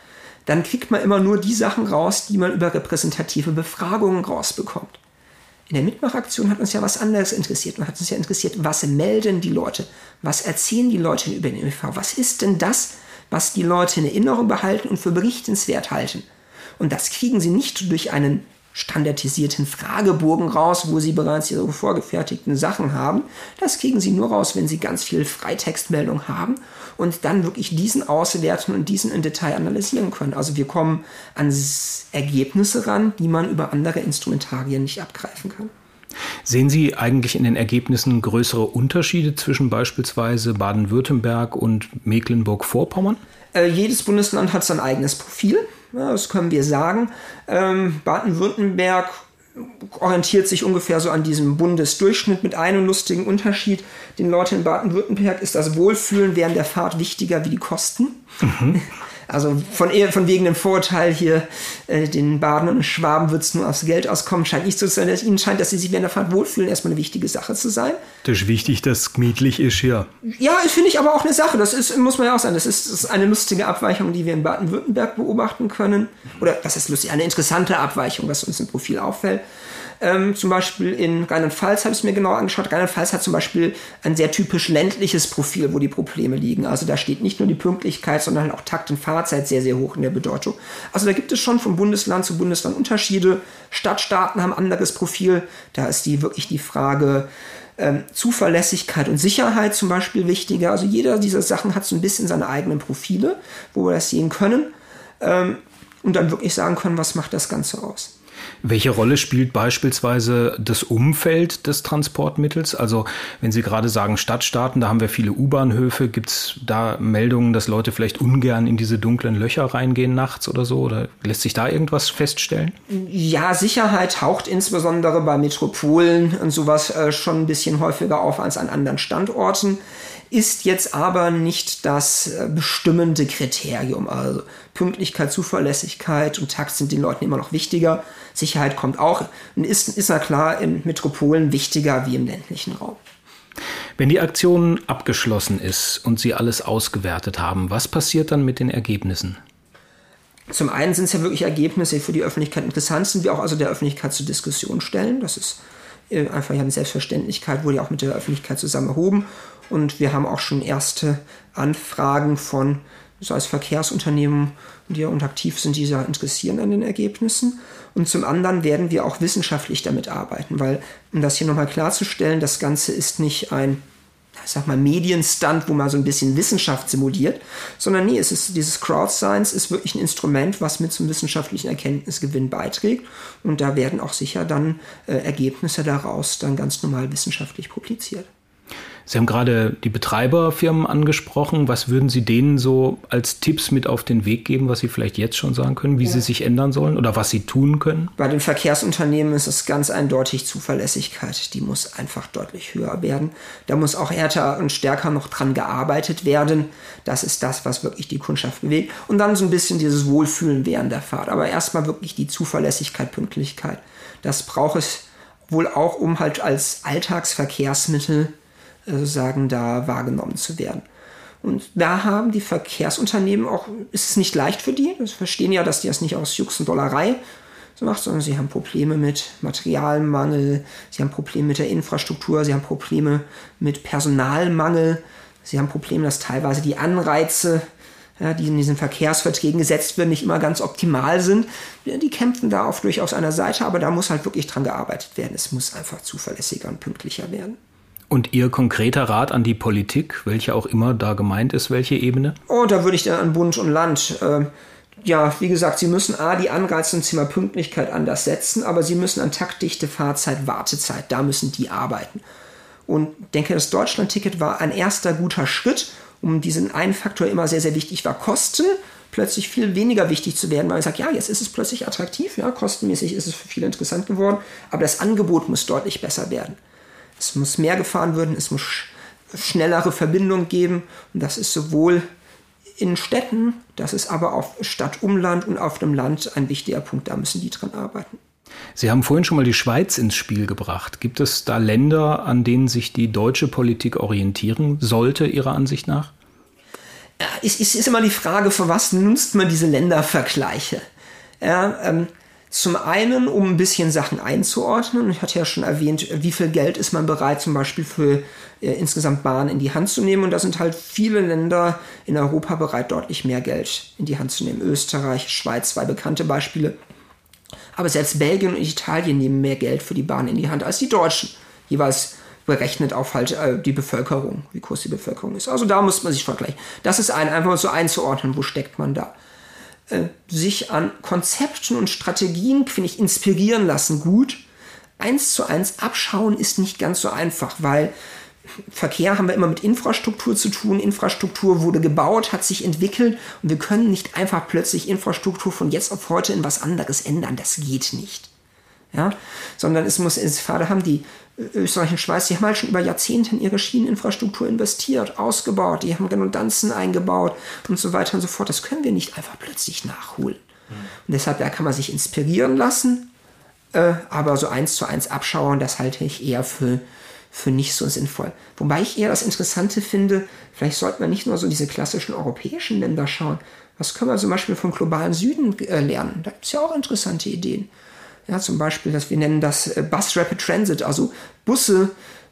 dann kriegt man immer nur die Sachen raus, die man über repräsentative Befragungen rausbekommt. In der Mitmachaktion hat uns ja was anderes interessiert. Und hat uns ja interessiert, was melden die Leute? Was erzählen die Leute über den M V? Was ist denn das, was die Leute in Erinnerung behalten und für berichtenswert halten? Und das kriegen sie nicht durch einen standardisierten Fragebogen raus, wo sie bereits ihre vorgefertigten Sachen haben. Das kriegen sie nur raus, wenn sie ganz viel Freitextmeldung haben und dann wirklich diesen auswerten und diesen im Detail analysieren können. Also wir kommen an Ergebnisse ran, die man über andere Instrumentarien nicht abgreifen kann. Sehen Sie eigentlich in den Ergebnissen größere Unterschiede zwischen beispielsweise Baden-Württemberg und Mecklenburg-Vorpommern? Äh, jedes Bundesland hat sein eigenes Profil. Ja, das können wir sagen. Ähm, Baden-Württemberg orientiert sich ungefähr so an diesem Bundesdurchschnitt mit einem lustigen Unterschied. Den Leuten in Baden-Württemberg ist das Wohlfühlen während der Fahrt wichtiger wie die Kosten. Mhm. Also von, von wegen dem Vorurteil hier, äh, den Baden und Schwaben wird es nur aufs Geld auskommen, scheint nicht so zu sein. Dass ihnen scheint, dass sie sich während der Fahrt wohlfühlen, erstmal eine wichtige Sache zu sein. Das ist wichtig, dass es gemütlich ist, ja. Ja, finde ich aber auch eine Sache. Das ist, muss man ja auch sagen. Das ist, das ist eine lustige Abweichung, die wir in Baden-Württemberg beobachten können. Oder das ist lustig, eine interessante Abweichung, was uns im Profil auffällt. Ähm, zum Beispiel in Rheinland-Pfalz habe ich es mir genau angeschaut. Rheinland-Pfalz hat zum Beispiel ein sehr typisch ländliches Profil, wo die Probleme liegen. Also da steht nicht nur die Pünktlichkeit, sondern halt auch Takt und Fahrzeit sehr, sehr hoch in der Bedeutung. Also da gibt es schon von Bundesland zu Bundesland Unterschiede. Stadtstaaten haben ein anderes Profil. Da ist die wirklich die Frage ähm, Zuverlässigkeit und Sicherheit zum Beispiel wichtiger. Also jeder dieser Sachen hat so ein bisschen seine eigenen Profile, wo wir das sehen können ähm, und dann wirklich sagen können, was macht das Ganze aus. Welche Rolle spielt beispielsweise das Umfeld des Transportmittels? Also wenn Sie gerade sagen Stadtstaaten, da haben wir viele U-Bahnhöfe. Gibt es da Meldungen, dass Leute vielleicht ungern in diese dunklen Löcher reingehen nachts oder so? Oder lässt sich da irgendwas feststellen? Ja, Sicherheit taucht insbesondere bei Metropolen und sowas äh, schon ein bisschen häufiger auf als an anderen Standorten. Ist jetzt aber nicht das bestimmende Kriterium. Also Pünktlichkeit, Zuverlässigkeit und Takt sind den Leuten immer noch wichtiger. Sicherheit kommt auch und ist, ist na klar in Metropolen wichtiger wie im ländlichen Raum. Wenn die Aktion abgeschlossen ist und Sie alles ausgewertet haben, was passiert dann mit den Ergebnissen? Zum einen sind es ja wirklich Ergebnisse, die für die Öffentlichkeit interessant sind, wir auch also der Öffentlichkeit zur Diskussion stellen. Das ist einfach ja eine Selbstverständlichkeit, wurde ja auch mit der Öffentlichkeit zusammen erhoben. Und wir haben auch schon erste Anfragen von, sei es Verkehrsunternehmen, die ja und aktiv sind, die sich interessieren an den Ergebnissen. Und zum anderen werden wir auch wissenschaftlich damit arbeiten, weil, um das hier nochmal klarzustellen, das Ganze ist nicht ein, ich sag mal, Medienstunt, wo man so ein bisschen Wissenschaft simuliert, sondern nee, es ist, dieses Crowdscience ist wirklich ein Instrument, was mit zum wissenschaftlichen Erkenntnisgewinn beiträgt. Und da werden auch sicher dann äh, Ergebnisse daraus dann ganz normal wissenschaftlich publiziert. Sie haben gerade die Betreiberfirmen angesprochen. Was würden Sie denen so als Tipps mit auf den Weg geben, was Sie vielleicht jetzt schon sagen können, wie ja. sie sich ändern sollen oder was sie tun können? Bei den Verkehrsunternehmen ist es ganz eindeutig Zuverlässigkeit. Die muss einfach deutlich höher werden. Da muss auch härter und stärker noch dran gearbeitet werden. Das ist das, was wirklich die Kundschaft bewegt. Und dann so ein bisschen dieses Wohlfühlen während der Fahrt. Aber erstmal wirklich die Zuverlässigkeit, Pünktlichkeit. Das braucht es wohl auch, um halt als Alltagsverkehrsmittel sozusagen da wahrgenommen zu werden. Und da haben die Verkehrsunternehmen auch, ist es nicht leicht für die, das verstehen ja, dass die das nicht aus Jux und Dollerei so macht, sondern sie haben Probleme mit Materialmangel, sie haben Probleme mit der Infrastruktur, sie haben Probleme mit Personalmangel, sie haben Probleme, dass teilweise die Anreize, ja, die in diesen Verkehrsverträgen gesetzt werden, nicht immer ganz optimal sind. Die kämpfen da auf durchaus einer Seite, aber da muss halt wirklich dran gearbeitet werden. Es muss einfach zuverlässiger und pünktlicher werden. Und Ihr konkreter Rat an die Politik, welche auch immer da gemeint ist, welche Ebene? Oh, da würde ich dann an Bund und Land. Äh, ja, wie gesagt, Sie müssen A, die Anreize zum Thema Pünktlichkeit anders setzen, aber Sie müssen an Taktdichte, Fahrzeit, Wartezeit, da müssen die arbeiten. Und ich denke, das Deutschland-Ticket war ein erster guter Schritt, um diesen einen Faktor immer sehr, sehr wichtig war, Kosten plötzlich viel weniger wichtig zu werden, weil man sagt, ja, jetzt ist es plötzlich attraktiv, ja, kostenmäßig ist es für viele interessant geworden, aber das Angebot muss deutlich besser werden. Es muss mehr gefahren werden, es muss schnellere Verbindungen geben. Und das ist sowohl in Städten, das ist aber auf Stadt-Umland und auf dem Land ein wichtiger Punkt. Da müssen die dran arbeiten. Sie haben vorhin schon mal die Schweiz ins Spiel gebracht. Gibt es da Länder, an denen sich die deutsche Politik orientieren sollte, Ihrer Ansicht nach? es ist, ist immer die Frage, für was nutzt man diese Ländervergleiche? Ja, ähm, zum einen, um ein bisschen Sachen einzuordnen. Ich hatte ja schon erwähnt, wie viel Geld ist man bereit, zum Beispiel für äh, insgesamt Bahn in die Hand zu nehmen. Und da sind halt viele Länder in Europa bereit, deutlich mehr Geld in die Hand zu nehmen. Österreich, Schweiz, zwei bekannte Beispiele. Aber selbst Belgien und Italien nehmen mehr Geld für die Bahn in die Hand als die Deutschen. Jeweils berechnet auf halt äh, die Bevölkerung, wie groß die Bevölkerung ist. Also da muss man sich vergleichen. Das ist ein, einfach so einzuordnen, wo steckt man da. Sich an Konzepten und Strategien, finde ich, inspirieren lassen, gut. Eins zu eins abschauen ist nicht ganz so einfach, weil Verkehr haben wir immer mit Infrastruktur zu tun. Infrastruktur wurde gebaut, hat sich entwickelt und wir können nicht einfach plötzlich Infrastruktur von jetzt auf heute in was anderes ändern. Das geht nicht. Ja? Sondern es muss, es Vater haben die Österreich und Schweiz, die haben halt schon über Jahrzehnte in ihre Schieneninfrastruktur investiert, ausgebaut, die haben Redundanzen eingebaut und so weiter und so fort. Das können wir nicht einfach plötzlich nachholen. Mhm. Und deshalb, da kann man sich inspirieren lassen, äh, aber so eins zu eins abschauen, das halte ich eher für, für nicht so sinnvoll. Wobei ich eher das Interessante finde, vielleicht sollte man nicht nur so diese klassischen europäischen Länder schauen. Was können wir zum Beispiel vom globalen Süden äh, lernen? Da gibt es ja auch interessante Ideen. Ja, zum Beispiel, dass wir nennen das Bus Rapid Transit, also Busse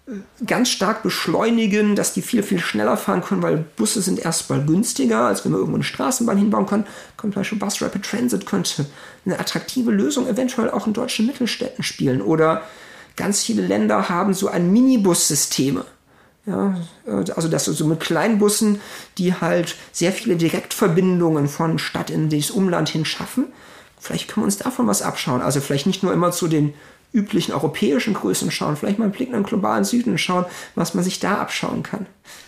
ganz stark beschleunigen, dass die viel, viel schneller fahren können, weil Busse sind erstmal günstiger, als wenn wir irgendwo eine Straßenbahn hinbauen können. Kommt zum Beispiel Bus Rapid Transit, könnte eine attraktive Lösung eventuell auch in deutschen Mittelstädten spielen. Oder ganz viele Länder haben so ein Minibus-Systeme. Ja, also das so mit Kleinbussen, die halt sehr viele Direktverbindungen von Stadt in das Umland hin schaffen. Vielleicht können wir uns davon was abschauen. Also vielleicht nicht nur immer zu den üblichen europäischen Größen schauen, vielleicht mal einen Blick in den globalen Süden schauen, was man sich da abschauen kann.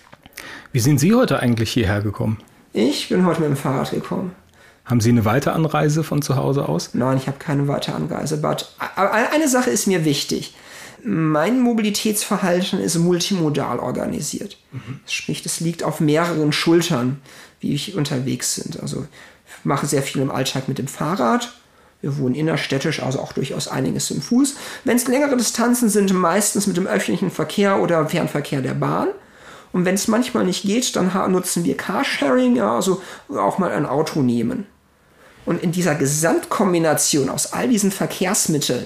Wie sind Sie heute eigentlich hierher gekommen? Ich bin heute mit dem Fahrrad gekommen. Haben Sie eine Weiteranreise von zu Hause aus? Nein, ich habe keine Weiteranreise. Aber eine Sache ist mir wichtig. Mein Mobilitätsverhalten ist multimodal organisiert. Mhm. Sprich, es liegt auf mehreren Schultern, wie ich unterwegs bin. Also ich mache sehr viel im Alltag mit dem Fahrrad. Wir wohnen innerstädtisch, also auch durchaus einiges im Fuß. Wenn es längere Distanzen sind, meistens mit dem öffentlichen Verkehr oder Fernverkehr der Bahn. Und wenn es manchmal nicht geht, dann nutzen wir Carsharing, ja, also auch mal ein Auto nehmen. Und in dieser Gesamtkombination aus all diesen Verkehrsmitteln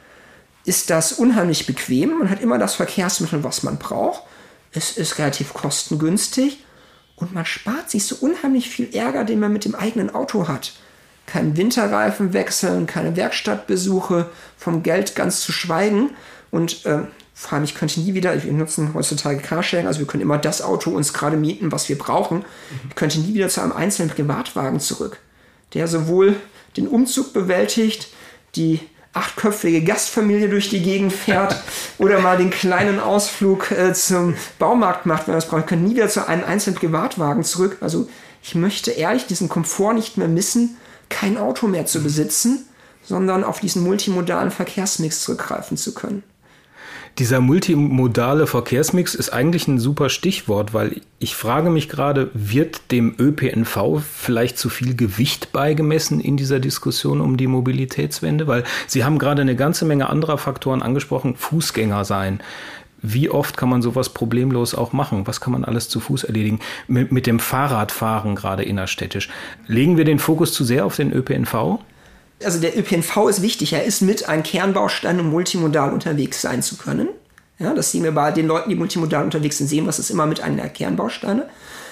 ist das unheimlich bequem. Man hat immer das Verkehrsmittel, was man braucht. Es ist relativ kostengünstig. Und man spart sich so unheimlich viel Ärger, den man mit dem eigenen Auto hat. Kein Winterreifen wechseln, keine Werkstattbesuche, vom Geld ganz zu schweigen. Und äh, vor allem, ich könnte nie wieder, wir nutzen heutzutage Carsharing, also wir können immer das Auto uns gerade mieten, was wir brauchen. Ich könnte nie wieder zu einem einzelnen Privatwagen zurück, der sowohl den Umzug bewältigt, die achtköpfige Gastfamilie durch die Gegend fährt oder mal den kleinen Ausflug äh, zum Baumarkt macht, wenn man das braucht. Ich könnte nie wieder zu einem einzelnen Privatwagen zurück. Also ich möchte ehrlich diesen Komfort nicht mehr missen, kein Auto mehr zu besitzen, sondern auf diesen multimodalen Verkehrsmix zurückgreifen zu können. Dieser multimodale Verkehrsmix ist eigentlich ein super Stichwort, weil ich frage mich gerade, wird dem Ö P N V vielleicht zu viel Gewicht beigemessen in dieser Diskussion um die Mobilitätswende? Weil Sie haben gerade eine ganze Menge anderer Faktoren angesprochen, Fußgänger sein. Wie oft kann man sowas problemlos auch machen? Was kann man alles zu Fuß erledigen? Mit, mit dem Fahrradfahren gerade innerstädtisch. Legen wir den Fokus zu sehr auf den Ö P N V? Also der Ö P N V ist wichtig. Er ist mit ein Kernbaustein, um multimodal unterwegs sein zu können. Ja, das sehen wir bei den Leuten, die multimodal unterwegs sind, sehen wir, das ist immer mit einer der Kernbausteine.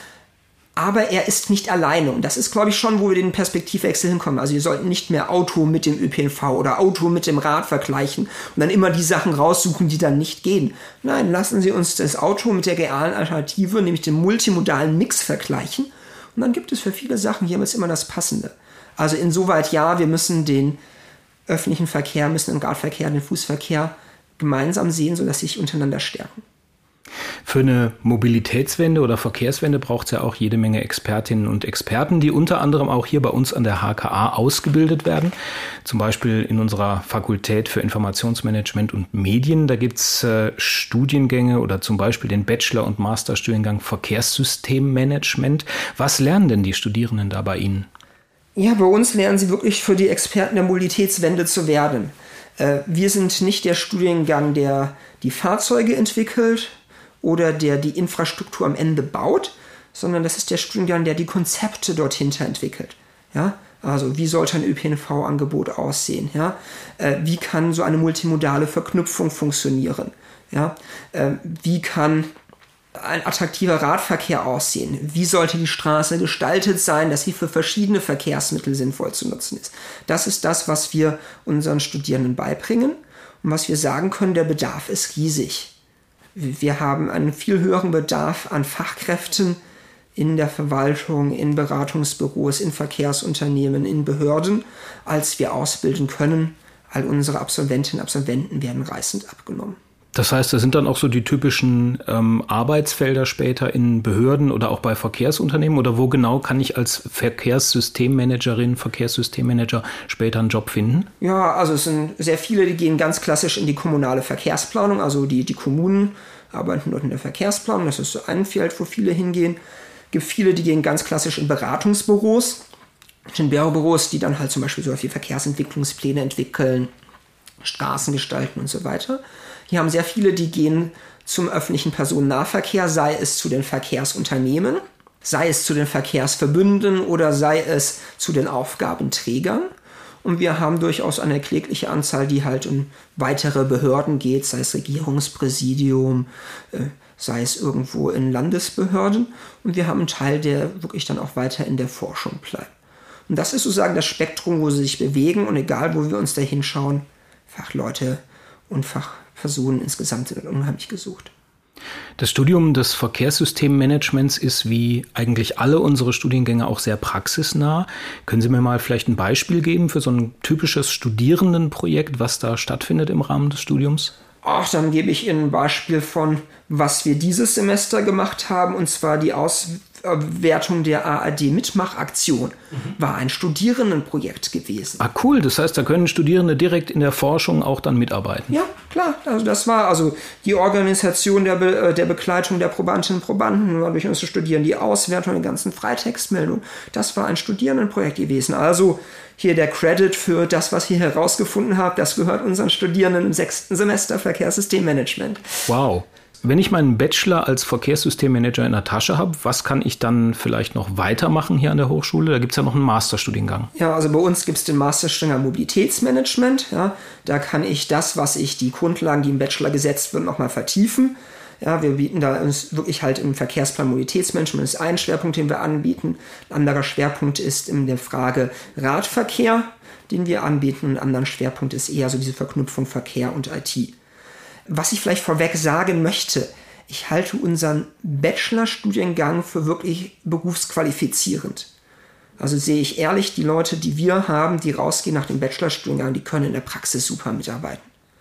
Aber er ist nicht alleine. Und das ist, glaube ich, schon, wo wir den Perspektivwechsel hinkommen. Also wir sollten nicht mehr Auto mit dem Ö P N V oder Auto mit dem Rad vergleichen und dann immer die Sachen raussuchen, die dann nicht gehen. Nein, lassen Sie uns das Auto mit der realen Alternative, nämlich dem multimodalen Mix, vergleichen. Und dann gibt es für viele Sachen jeweils immer das Passende. Also insoweit ja, wir müssen den öffentlichen Verkehr, müssen den Radverkehr, den Fußverkehr gemeinsam sehen, sodass sie sich untereinander stärken. Für eine Mobilitätswende oder Verkehrswende braucht es ja auch jede Menge Expertinnen und Experten, die unter anderem auch hier bei uns an der H K A ausgebildet werden. Zum Beispiel in unserer Fakultät für Informationsmanagement und Medien. Da gibt es äh, Studiengänge oder zum Beispiel den Bachelor- und Masterstudiengang Verkehrssystemmanagement. Was lernen denn die Studierenden da bei Ihnen? Ja, bei uns lernen sie wirklich für die Experten der Mobilitätswende zu werden. Äh, wir sind nicht der Studiengang, der die Fahrzeuge entwickelt oder der die Infrastruktur am Ende baut, sondern das ist der Studiengang, der die Konzepte dort hinter entwickelt. Ja? Also wie sollte ein Ö P N V-Angebot aussehen? Ja? Äh, wie kann so eine multimodale Verknüpfung funktionieren? Ja? Äh, wie kann ein attraktiver Radverkehr aussehen? Wie sollte die Straße gestaltet sein, dass sie für verschiedene Verkehrsmittel sinnvoll zu nutzen ist? Das ist das, was wir unseren Studierenden beibringen und was wir sagen können, der Bedarf ist riesig. Wir haben einen viel höheren Bedarf an Fachkräften in der Verwaltung, in Beratungsbüros, in Verkehrsunternehmen, in Behörden, als wir ausbilden können. All unsere Absolventinnen und Absolventen werden reißend abgenommen. Das heißt, das sind dann auch so die typischen ähm, Arbeitsfelder später in Behörden oder auch bei Verkehrsunternehmen? Oder wo genau kann ich als Verkehrssystemmanagerin, Verkehrssystemmanager später einen Job finden? Ja, also es sind sehr viele, die gehen ganz klassisch in die kommunale Verkehrsplanung. Also die, die Kommunen arbeiten dort in der Verkehrsplanung. Das ist so ein Feld, wo viele hingehen. Es gibt viele, die gehen ganz klassisch in Beratungsbüros. In Büros, die dann halt zum Beispiel so viel Verkehrsentwicklungspläne entwickeln, Straßen gestalten und so weiter. Hier haben sehr viele, die gehen zum öffentlichen Personennahverkehr, sei es zu den Verkehrsunternehmen, sei es zu den Verkehrsverbünden oder sei es zu den Aufgabenträgern. Und wir haben durchaus eine erklägliche Anzahl, die halt in weitere Behörden geht, sei es Regierungspräsidium, äh, sei es irgendwo in Landesbehörden. Und wir haben einen Teil, der wirklich dann auch weiter in der Forschung bleibt. Und das ist sozusagen das Spektrum, wo sie sich bewegen. Und egal, wo wir uns da hinschauen, Fachleute und Fachpersonen insgesamt sind unheimlich gesucht. Das Studium des Verkehrssystemmanagements ist wie eigentlich alle unsere Studiengänge auch sehr praxisnah. Können Sie mir mal vielleicht ein Beispiel geben für so ein typisches Studierendenprojekt, was da stattfindet im Rahmen des Studiums? Ach, dann gebe ich Ihnen ein Beispiel von, was wir dieses Semester gemacht haben, und zwar die Auswertung der A R D-Mitmachaktion. Mhm. War ein Studierendenprojekt gewesen. Ah, cool. Das heißt, da können Studierende direkt in der Forschung auch dann mitarbeiten. Ja, klar. Also das war also die Organisation der, Be- der Begleitung der Probandinnen und Probanden war durch unsere Studierenden, die Auswertung der ganzen Freitextmeldungen. Das war ein Studierendenprojekt gewesen. Also hier der Credit für das, was ihr herausgefunden habt, das gehört unseren Studierenden im sechsten Semester Verkehrssystemmanagement. Wow. Wenn ich meinen Bachelor als Verkehrssystemmanager in der Tasche habe, was kann ich dann vielleicht noch weitermachen hier an der Hochschule? Da gibt es ja noch einen Masterstudiengang. Ja, also bei uns gibt es den Masterstudiengang Mobilitätsmanagement. Ja, da kann ich das, was ich, die Grundlagen, die im Bachelor gesetzt werden, nochmal vertiefen. Ja, wir bieten da uns wirklich halt im Verkehrsplan Mobilitätsmanagement, das ist ein Schwerpunkt, den wir anbieten. Ein anderer Schwerpunkt ist in der Frage Radverkehr, den wir anbieten. Ein anderer Schwerpunkt ist eher so diese Verknüpfung Verkehr und I T. Was ich vielleicht vorweg sagen möchte, ich halte unseren Bachelorstudiengang für wirklich berufsqualifizierend. Also sehe ich ehrlich, die Leute, die wir haben, die rausgehen nach dem Bachelorstudiengang, die können in der Praxis super mitarbeiten.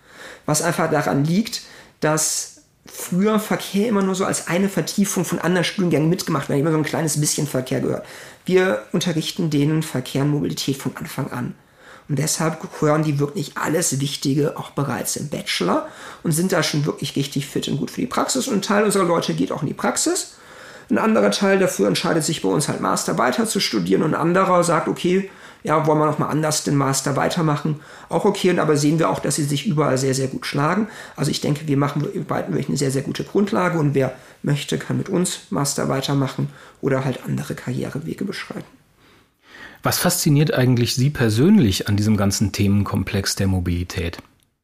Was einfach daran liegt, dass früher Verkehr immer nur so als eine Vertiefung von anderen Studiengängen mitgemacht wird, immer so ein kleines bisschen Verkehr gehört. Wir unterrichten denen Verkehr und Mobilität von Anfang an. Und deshalb hören die wirklich alles Wichtige auch bereits im Bachelor und sind da schon wirklich richtig fit und gut für die Praxis. Und ein Teil unserer Leute geht auch in die Praxis. Ein anderer Teil dafür entscheidet sich bei uns halt Master weiter zu studieren und ein anderer sagt, okay, ja, wollen wir noch mal anders den Master weitermachen. Auch okay, und aber sehen wir auch, dass sie sich überall sehr, sehr gut schlagen. Also ich denke, wir machen wir beiden wirklich eine sehr, sehr gute Grundlage und wer möchte, kann mit uns Master weitermachen oder halt andere Karrierewege beschreiten. Was fasziniert eigentlich Sie persönlich an diesem ganzen Themenkomplex der Mobilität?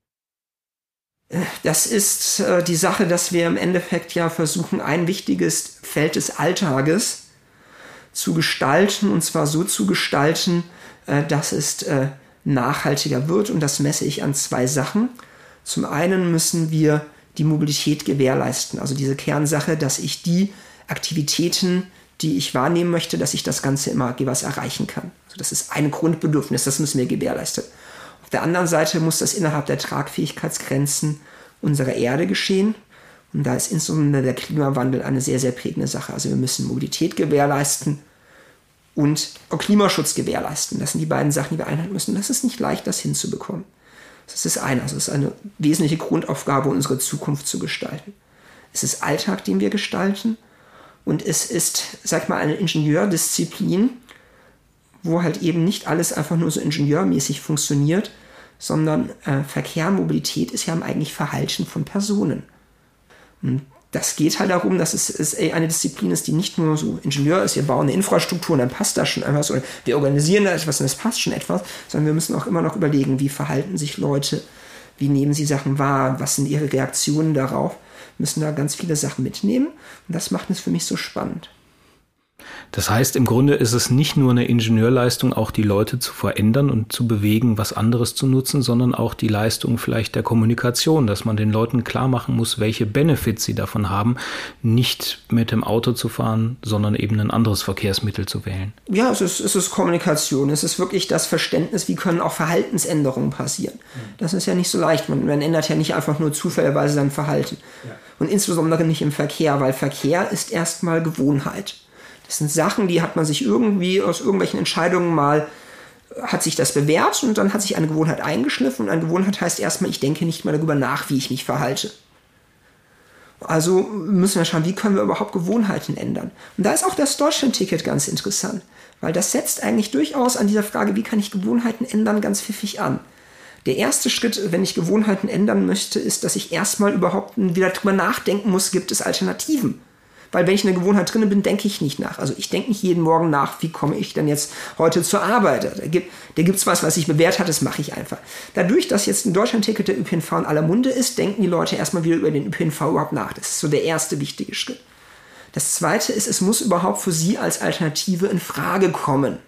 Das ist äh, die Sache, dass wir im Endeffekt ja versuchen, ein wichtiges Feld des Alltages zu gestalten, und zwar so zu gestalten, äh, dass es äh, nachhaltiger wird, und das messe ich an zwei Sachen. Zum einen müssen wir die Mobilität gewährleisten, also diese Kernsache, dass ich die Aktivitäten, die ich wahrnehmen möchte, dass ich das Ganze immer was erreichen kann. Also das ist ein Grundbedürfnis, das müssen wir gewährleisten. Auf der anderen Seite muss das innerhalb der Tragfähigkeitsgrenzen unserer Erde geschehen. Und da ist insbesondere der Klimawandel eine sehr, sehr prägende Sache. Also wir müssen Mobilität gewährleisten und auch Klimaschutz gewährleisten. Das sind die beiden Sachen, die wir einhalten müssen. Das ist nicht leicht, das hinzubekommen. Das ist das eine. Also es ist eine wesentliche Grundaufgabe, unsere Zukunft zu gestalten. Es ist Alltag, den wir gestalten. Und es ist, sag ich mal, eine Ingenieurdisziplin, wo halt eben nicht alles einfach nur so ingenieurmäßig funktioniert, sondern äh, Verkehr, Mobilität ist ja eigentlich Verhalten von Personen. Und das geht halt darum, dass es, es eine Disziplin ist, die nicht nur so Ingenieur ist, wir bauen eine Infrastruktur und dann passt das schon etwas, oder wir organisieren da etwas und das passt schon etwas, sondern wir müssen auch immer noch überlegen, wie verhalten sich Leute, wie nehmen sie Sachen wahr, was sind ihre Reaktionen darauf, wir müssen da ganz viele Sachen mitnehmen und das macht es für mich so spannend. Das heißt, im Grunde ist es nicht nur eine Ingenieurleistung, auch die Leute zu verändern und zu bewegen, was anderes zu nutzen, sondern auch die Leistung vielleicht der Kommunikation, dass man den Leuten klar machen muss, welche Benefits sie davon haben, nicht mit dem Auto zu fahren, sondern eben ein anderes Verkehrsmittel zu wählen. Ja, es ist, es ist Kommunikation, es ist wirklich das Verständnis, wie können auch Verhaltensänderungen passieren. Das ist ja nicht so leicht, man, man ändert ja nicht einfach nur zufälligerweise sein Verhalten. Ja. Und insbesondere nicht im Verkehr, weil Verkehr ist erstmal Gewohnheit. Das sind Sachen, die hat man sich irgendwie aus irgendwelchen Entscheidungen mal, hat sich das bewährt und dann hat sich eine Gewohnheit eingeschliffen. Und eine Gewohnheit heißt erstmal, ich denke nicht mal darüber nach, wie ich mich verhalte. Also müssen wir schauen, wie können wir überhaupt Gewohnheiten ändern. Und da ist auch das Deutschland-Ticket ganz interessant, weil das setzt eigentlich durchaus an dieser Frage, wie kann ich Gewohnheiten ändern, ganz pfiffig an. Der erste Schritt, wenn ich Gewohnheiten ändern möchte, ist, dass ich erstmal überhaupt wieder drüber nachdenken muss, gibt es Alternativen? Weil wenn ich in der Gewohnheit drin bin, denke ich nicht nach. Also ich denke nicht jeden Morgen nach, wie komme ich denn jetzt heute zur Arbeit. Da gibt da gibt's was, was sich bewährt hat, das mache ich einfach. Dadurch, dass jetzt ein Deutschland-Ticket der Ö P N V in aller Munde ist, denken die Leute erstmal wieder über den Ö P N V überhaupt nach. Das ist so der erste wichtige Schritt. Das zweite ist, es muss überhaupt für Sie als Alternative in Frage kommen.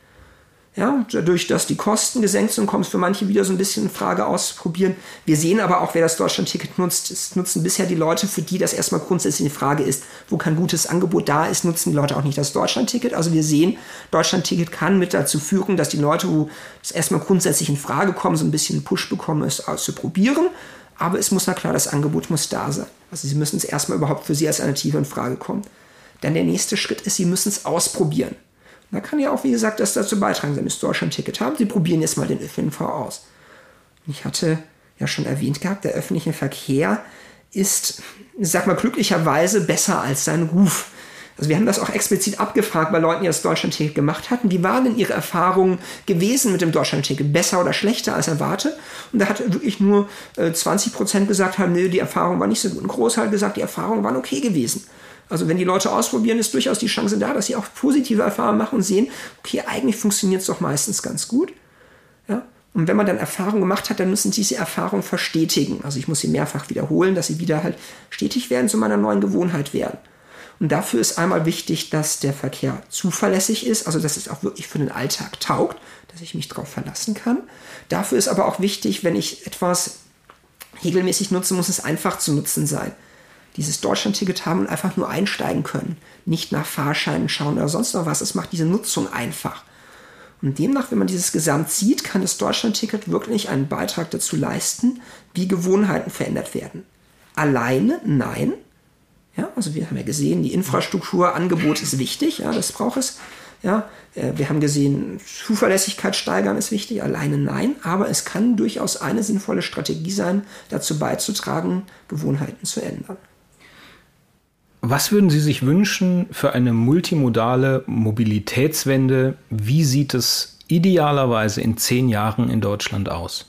Ja, dadurch, dass die Kosten gesenkt sind, kommt es für manche wieder so ein bisschen in Frage auszuprobieren. Wir sehen aber auch, wer das Deutschland-Ticket nutzt. Es nutzen bisher die Leute, für die das erstmal grundsätzlich die Frage ist, wo kein gutes Angebot da ist, nutzen die Leute auch nicht das Deutschland-Ticket. Also wir sehen, Deutschland-Ticket kann mit dazu führen, dass die Leute, wo es erstmal grundsätzlich in Frage kommen, so ein bisschen einen Push bekommen, es auszuprobieren. Aber es muss, na klar, das Angebot muss da sein. Also sie müssen es erstmal überhaupt für Sie als Alternative in Frage kommen. Dann der nächste Schritt ist, Sie müssen es ausprobieren. Da kann ja auch, wie gesagt, das dazu beitragen, wenn Sie das Deutschland-Ticket haben. Sie probieren jetzt mal den Ö P N V aus. Ich hatte ja schon erwähnt gehabt, der öffentliche Verkehr ist, ich sag mal, glücklicherweise besser als sein Ruf. Also wir haben das auch explizit abgefragt bei Leuten, die das Deutschland-Ticket gemacht hatten. Wie waren denn ihre Erfahrungen gewesen mit dem Deutschland-Ticket? Besser oder schlechter als erwartet? Und da hat wirklich nur äh, zwanzig Prozent gesagt haben, nee, die Erfahrung war nicht so gut. Ein Großteil hat gesagt, die Erfahrungen waren okay gewesen. Also wenn die Leute ausprobieren, ist durchaus die Chance da, dass sie auch positive Erfahrungen machen und sehen, okay, eigentlich funktioniert es doch meistens ganz gut. Ja? Und wenn man dann Erfahrungen gemacht hat, dann müssen sie diese Erfahrungen verstetigen. Also ich muss sie mehrfach wiederholen, dass sie wieder halt stetig werden, zu meiner neuen Gewohnheit werden. Und dafür ist einmal wichtig, dass der Verkehr zuverlässig ist, also dass es auch wirklich für den Alltag taugt, dass ich mich darauf verlassen kann. Dafür ist aber auch wichtig, wenn ich etwas regelmäßig nutze, muss es einfach zu nutzen sein. Dieses Deutschland-Ticket haben und einfach nur einsteigen können. Nicht nach Fahrscheinen schauen oder sonst noch was. Es macht diese Nutzung einfach. Und demnach, wenn man dieses Gesamt sieht, kann das Deutschland-Ticket wirklich einen Beitrag dazu leisten, wie Gewohnheiten verändert werden. Alleine? Nein. Ja, also wir haben ja gesehen, die Infrastruktur, Angebot ist wichtig. Ja, das braucht es. Ja, wir haben gesehen, Zuverlässigkeit steigern ist wichtig. Alleine nein. Aber es kann durchaus eine sinnvolle Strategie sein, dazu beizutragen, Gewohnheiten zu ändern. Was würden Sie sich wünschen für eine multimodale Mobilitätswende? Wie sieht es idealerweise in zehn Jahren in Deutschland aus?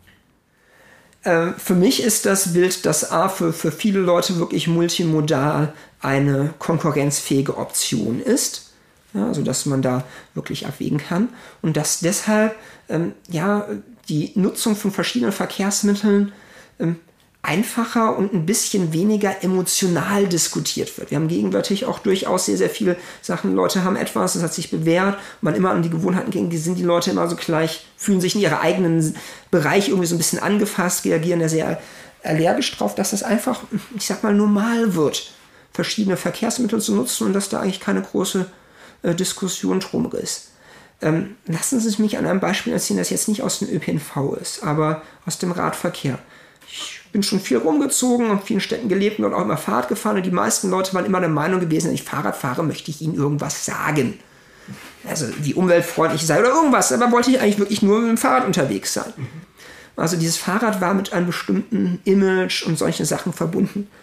Äh, für mich ist das Bild, dass A, für, für viele Leute wirklich multimodal eine konkurrenzfähige Option ist. Ja, also dass man da wirklich abwägen kann. Und dass deshalb ähm, ja, die Nutzung von verschiedenen Verkehrsmitteln ähm, einfacher und ein bisschen weniger emotional diskutiert wird. Wir haben gegenwärtig auch durchaus sehr, sehr viele Sachen. Leute haben etwas, das hat sich bewährt. Man immer an die Gewohnheiten gegen, die sind die Leute immer so gleich, fühlen sich in ihrem eigenen Bereich irgendwie so ein bisschen angefasst, reagieren da sehr allergisch drauf, dass das einfach, ich sag mal, normal wird, verschiedene Verkehrsmittel zu nutzen und dass da eigentlich keine große äh, Diskussion drum ist. Ähm, lassen Sie mich an einem Beispiel erzählen, das jetzt nicht aus dem Ö P N V ist, aber aus dem Radverkehr. Ich bin schon viel rumgezogen und in vielen Städten gelebt und auch immer Fahrrad gefahren und die meisten Leute waren immer der Meinung gewesen, wenn ich Fahrrad fahre, möchte ich ihnen irgendwas sagen. Also wie umweltfreundlich ich sei oder irgendwas, aber wollte ich eigentlich wirklich nur mit dem Fahrrad unterwegs sein. Also dieses Fahrrad war mit einem bestimmten Image und solchen Sachen verbunden.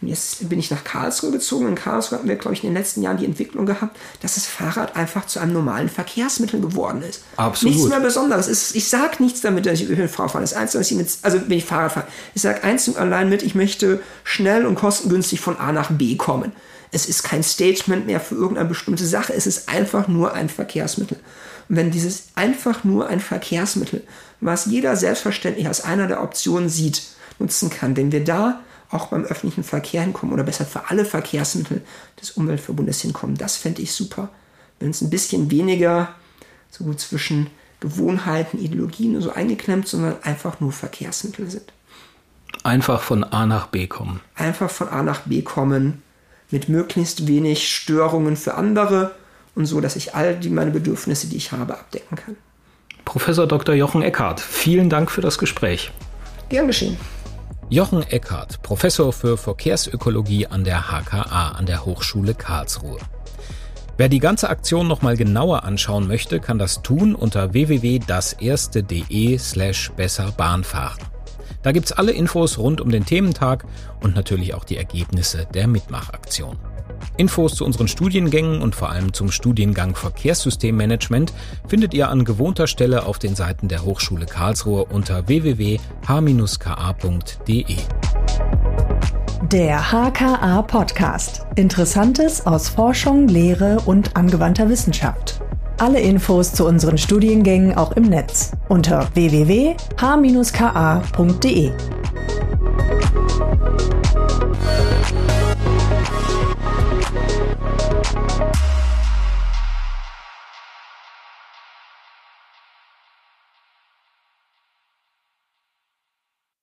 Und jetzt bin ich nach Karlsruhe gezogen. In Karlsruhe hatten wir, glaube ich, in den letzten Jahren die Entwicklung gehabt, dass das Fahrrad einfach zu einem normalen Verkehrsmittel geworden ist. Absolut. Nichts mehr Besonderes. Ist, ich sage nichts damit, dass ich über Fahrrad fahre. Das Einzige, was ich mit, also wenn ich Fahrrad fahre, ich sage eins und allein mit, ich möchte schnell und kostengünstig von A nach B kommen. Es ist kein Statement mehr für irgendeine bestimmte Sache. Es ist einfach nur ein Verkehrsmittel. Und wenn dieses einfach nur ein Verkehrsmittel, was jeder selbstverständlich als einer der Optionen sieht, nutzen kann, wenn wir da auch beim öffentlichen Verkehr hinkommen oder besser für alle Verkehrsmittel des Umweltverbundes hinkommen, das fände ich super. Wenn es ein bisschen weniger so gut zwischen Gewohnheiten, Ideologien und so eingeklemmt, sondern einfach nur Verkehrsmittel sind. Einfach von A nach B kommen. Einfach von A nach B kommen, mit möglichst wenig Störungen für andere und so, dass ich all die meine Bedürfnisse, die ich habe, abdecken kann. Professor Doktor Jochen Eckhardt, vielen Dank für das Gespräch. Gern geschehen. Jochen Eckhardt, Professor für Verkehrsökologie an der H K A, an der Hochschule Karlsruhe. Wer die ganze Aktion nochmal genauer anschauen möchte, kann das tun unter w w w punkt das erste punkt de slash besser Bahnfahren. Da gibt's alle Infos rund um den Thementag und natürlich auch die Ergebnisse der Mitmachaktion. Infos zu unseren Studiengängen und vor allem zum Studiengang Verkehrssystemmanagement findet ihr an gewohnter Stelle auf den Seiten der Hochschule Karlsruhe unter w w w punkt h k a punkt d e. Der H K A Podcast. Interessantes aus Forschung, Lehre und angewandter Wissenschaft. Alle Infos zu unseren Studiengängen auch im Netz unter w w w punkt h k a punkt d e.